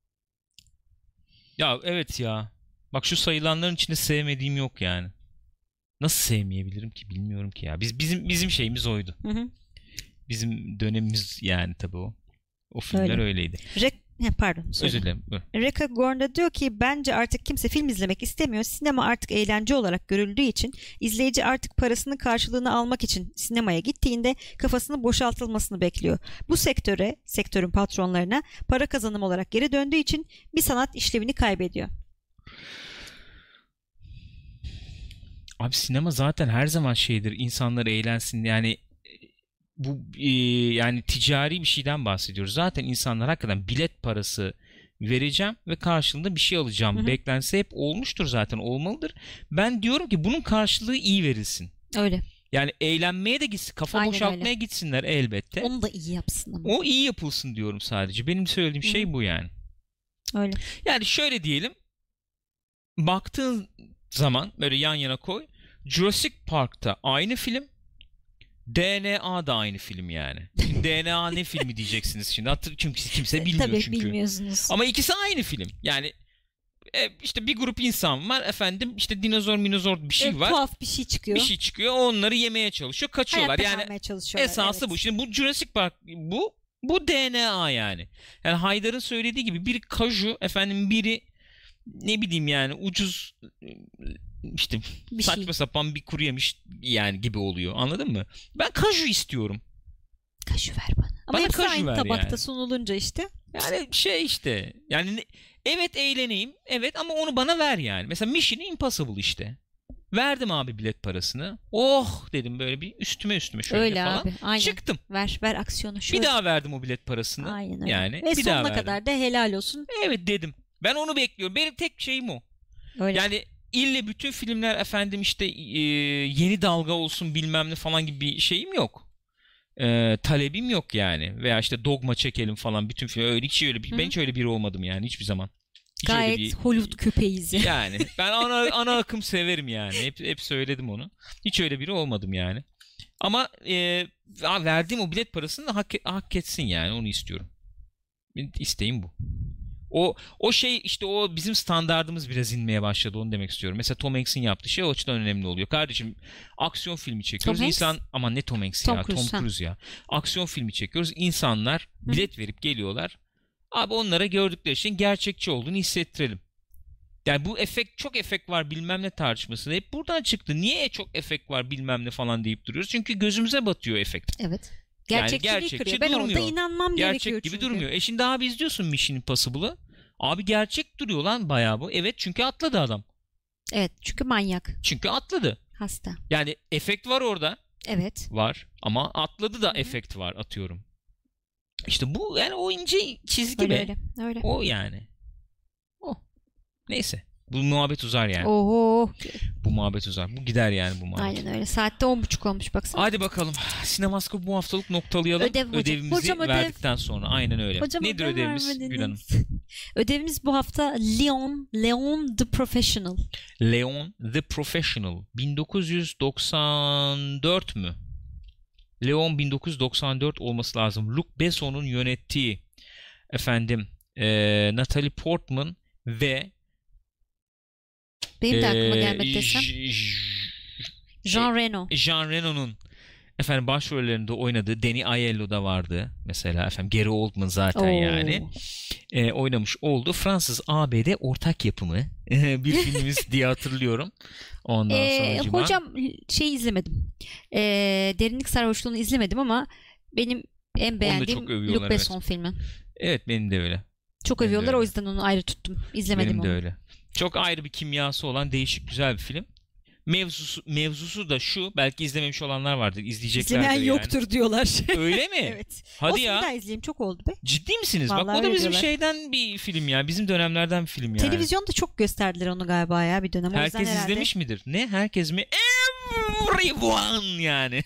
Speaker 1: Ya evet ya. Bak şu sayılanların içinde sevmediğim yok yani. Nasıl sevmeyebilirim ki bilmiyorum ki ya. Bizim şeyimiz oydu.
Speaker 2: Hı hı.
Speaker 1: Bizim dönemimiz yani tabii o. O filmler
Speaker 2: Öyle.
Speaker 1: öyleydi.
Speaker 2: Pardon. Söyle.
Speaker 1: Özür dilerim. Buyur.
Speaker 2: Rebecca Gorn diyor ki bence artık kimse film izlemek istemiyor. Sinema artık eğlence olarak görüldüğü için izleyici artık parasının karşılığını almak için sinemaya gittiğinde kafasını boşaltılmasını bekliyor. Bu sektörün patronlarına para kazanım olarak geri döndüğü için bir sanat işlevini kaybediyor.
Speaker 1: Abi sinema zaten her zaman şeydir. İnsanlar eğlensin yani bu yani ticari bir şeyden bahsediyoruz. Zaten insanlar hakikaten bilet parası vereceğim ve karşılığında bir şey alacağım.
Speaker 2: Hı hı.
Speaker 1: Beklentisi hep olmuştur zaten, olmalıdır. Ben diyorum ki bunun karşılığı iyi verilsin.
Speaker 2: Öyle.
Speaker 1: Yani eğlenmeye de gitsin, kafa
Speaker 2: Aynen
Speaker 1: boşaltmaya
Speaker 2: öyle.
Speaker 1: gitsinler elbette.
Speaker 2: Onu da iyi yapsın ama.
Speaker 1: O iyi yapılsın diyorum sadece. Benim söylediğim şey bu yani.
Speaker 2: Öyle.
Speaker 1: Yani şöyle diyelim. Baktığın zaman böyle yan yana koy. Jurassic Park'ta aynı film. DNA da aynı film yani. Şimdi DNA ne filmi diyeceksiniz şimdi. Çünkü kimse bilmiyor
Speaker 2: Tabii
Speaker 1: çünkü.
Speaker 2: bilmiyorsunuz.
Speaker 1: Ama ikisi aynı film. Yani işte bir grup insan var efendim, işte dinozor bir şey var.
Speaker 2: Tuhaf bir şey çıkıyor.
Speaker 1: Bir şey çıkıyor, onları yemeye çalışıyor, kaçıyorlar.
Speaker 2: Hayatta
Speaker 1: Yani
Speaker 2: kalmaya çalışıyorlar.
Speaker 1: esası bu. Şimdi bu Jurassic Park bu DNA yani. Yani Haydar'ın söylediği gibi biri kaju efendim, biri ne bileyim yani ucuz işte
Speaker 2: Bir
Speaker 1: saçma
Speaker 2: şey.
Speaker 1: sapan bir kuru yemiş yani gibi oluyor. Anladın mı? Ben kaju istiyorum.
Speaker 2: Kaju ver bana. Ama
Speaker 1: Bana
Speaker 2: hepsi
Speaker 1: kaju
Speaker 2: aynı
Speaker 1: ver
Speaker 2: tabakta
Speaker 1: yani.
Speaker 2: sunulunca işte.
Speaker 1: Yani şey işte. Yani evet eğleneyim. Evet ama onu bana ver yani. Mesela Mission Impossible işte. Verdim abi bilet parasını. Oh dedim, böyle bir üstüme şöyle
Speaker 2: Öyle
Speaker 1: falan.
Speaker 2: abi. Aynen.
Speaker 1: Çıktım.
Speaker 2: Ver aksiyonu şöyle.
Speaker 1: Bir daha verdim o bilet parasını.
Speaker 2: Aynen öyle.
Speaker 1: Yani
Speaker 2: Ve
Speaker 1: bir daha
Speaker 2: sonuna
Speaker 1: verdim.
Speaker 2: kadar da helal olsun.
Speaker 1: Evet dedim. Ben onu bekliyorum. Benim tek şeyim o.
Speaker 2: Öyle.
Speaker 1: Yani ille bütün filmler efendim işte yeni dalga olsun bilmem ne falan gibi bir şeyim yok. Talebim yok yani. Veya işte dogma çekelim falan bütün film. Öyle hiç öyle ben hiç öyle biri olmadım yani hiçbir zaman. Hiç
Speaker 2: gayet
Speaker 1: öyle
Speaker 2: Hollywood köpeğiz ya.
Speaker 1: yani. Ben ana akım severim yani. Hep söyledim onu. Hiç öyle biri olmadım yani. Ama verdiğim o bilet parasını da hak etsin yani. Onu istiyorum. Benim isteğim bu. O şey işte, o bizim standardımız biraz inmeye başladı, onu demek istiyorum. Mesela Tom Hanks'in yaptığı şey o açıdan önemli oluyor. Kardeşim aksiyon filmi çekiyoruz. Ama ne Tom Hanks ya? Tom Cruise ya. Aksiyon filmi çekiyoruz. İnsanlar bilet verip geliyorlar. Abi onlara gördükleri şeyin gerçekçi olduğunu hissettirelim. Yani bu çok efekt var bilmem ne tartışması da hep buradan çıktı. Niye çok efekt var bilmem ne falan deyip duruyoruz? Çünkü gözümüze batıyor efekt.
Speaker 2: Evet.
Speaker 1: Yani
Speaker 2: Gerçekçiliği kırıyor. Ben orada inanmam gerekiyor
Speaker 1: gerçek gibi
Speaker 2: çünkü.
Speaker 1: durmuyor. Şimdi abi izliyorsun Mission Impossible'ı. Abi gerçek duruyor lan bayağı bu. Evet, çünkü atladı adam.
Speaker 2: Evet, çünkü manyak.
Speaker 1: Çünkü atladı.
Speaker 2: Hasta.
Speaker 1: Yani efekt var orada.
Speaker 2: Evet.
Speaker 1: Var. Ama atladı da efekt var, atıyorum. İşte bu yani o ince çizgi be.
Speaker 2: Öyle.
Speaker 1: O yani. O. Neyse. Bu muhabbet uzar yani.
Speaker 2: Oho.
Speaker 1: Bu muhabbet uzar. Bu gider yani bu muhabbet.
Speaker 2: Aynen öyle. Saatte 10.30 olmuş baksana.
Speaker 1: Hadi bakalım. Sinemaskop bu haftalık noktalayalım. Ödevimizi verdikten sonra. Aynen öyle.
Speaker 2: Hocam,
Speaker 1: nedir ödevimiz Gül Hanım?
Speaker 2: Ödevimiz bu hafta Leon the Professional.
Speaker 1: Leon the Professional. 1994 mü? Leon 1994 olması lazım. Luc Besson'un yönettiği efendim Natalie Portman ve
Speaker 2: benim de aklıma gelmek desem Jean
Speaker 1: Reno'nun efendim başrollerinde oynadığı Danny Aiello da vardı. Mesela efendim Gary Oldman zaten yani. Oynamış oldu. Fransız ABD ortak yapımı bir filmimiz diye hatırlıyorum. Ondan sonra
Speaker 2: hocam izlemedim. Derinlik Sarhoşluğu'nu izlemedim ama benim en beğendiğim Luc Besson filmi.
Speaker 1: Evet, benim de öyle.
Speaker 2: Çok övüyorlar, o yüzden onu ayrı tuttum. İzlemedim
Speaker 1: benim
Speaker 2: onu.
Speaker 1: de öyle. Çok ayrı bir kimyası olan değişik güzel bir film. Mevzusu da şu, belki izlememiş olanlar vardır, izleyeceklerdir yani.
Speaker 2: İzlemeyen yoktur diyorlar.
Speaker 1: Öyle mi?
Speaker 2: Evet.
Speaker 1: Hadi
Speaker 2: o
Speaker 1: ya.
Speaker 2: O filmi izleyeyim, çok oldu be.
Speaker 1: Ciddi misiniz?
Speaker 2: Vallahi
Speaker 1: bak o da bizim
Speaker 2: diyorlar.
Speaker 1: Şeyden bir film ya. Bizim dönemlerden bir film yani.
Speaker 2: Televizyonda çok gösterdiler onu galiba ya bir dönem.
Speaker 1: Herkes izlemiş midir? Ne? Herkes mi? Everyone yani.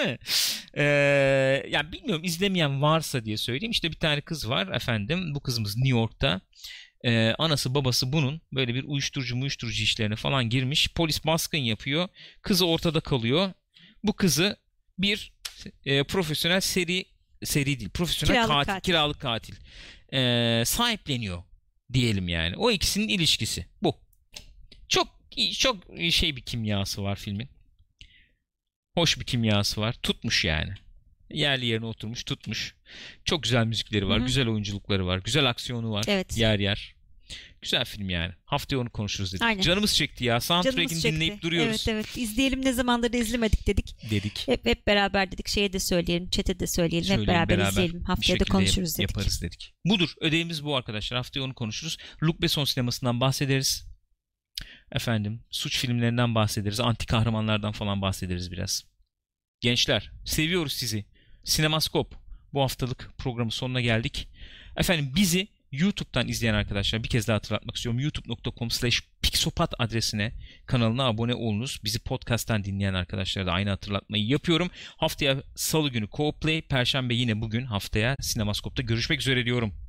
Speaker 1: Yani bilmiyorum, izlemeyen varsa diye söyleyeyim. İşte bir tane kız var efendim. Bu kızımız New York'ta. Anası babası bunun böyle bir uyuşturucu işlerine falan girmiş. Polis baskın yapıyor. Kızı ortada kalıyor. Bu kızı bir profesyonel seri değil. Profesyonel kiralık katil sahipleniyor. diyelim yani. O ikisinin ilişkisi bu. Çok şey bir kimyası var filmin. Hoş bir kimyası var. Tutmuş yani. Yerli yerine oturmuş, tutmuş. Çok güzel müzikleri var, güzel oyunculukları var, güzel aksiyonu var.
Speaker 2: Evet.
Speaker 1: Yer yer. Güzel film yani. Haftaya onu konuşuruz dedik.
Speaker 2: Aynen.
Speaker 1: Canımız çekti ya. Soundtrack'ini dinleyip duruyoruz.
Speaker 2: Evet. İzleyelim, ne zamandır da izlemedik dedik. Hep beraber dedik. Şeye de söyleyelim, chat'e de söyleyelim. Hep beraber izleyelim. Haftaya da konuşuruz dedik.
Speaker 1: Yaparız dedik. Budur. Ödevimiz bu arkadaşlar. Haftaya onu konuşuruz. Luc Besson sinemasından bahsederiz. Efendim, suç filmlerinden bahsederiz. Anti kahramanlardan falan bahsederiz biraz. Gençler, seviyoruz sizi. Sinemaskop. Bu haftalık programın sonuna geldik. Efendim, bizi YouTube'dan izleyen arkadaşlar bir kez daha hatırlatmak istiyorum. youtube.com/pixopat adresine, kanalına abone olunuz. Bizi podcast'tan dinleyen arkadaşlara da aynı hatırlatmayı yapıyorum. Haftaya Salı günü Co-Play, Perşembe yine bugün haftaya Sinemaskop'ta görüşmek üzere diyorum.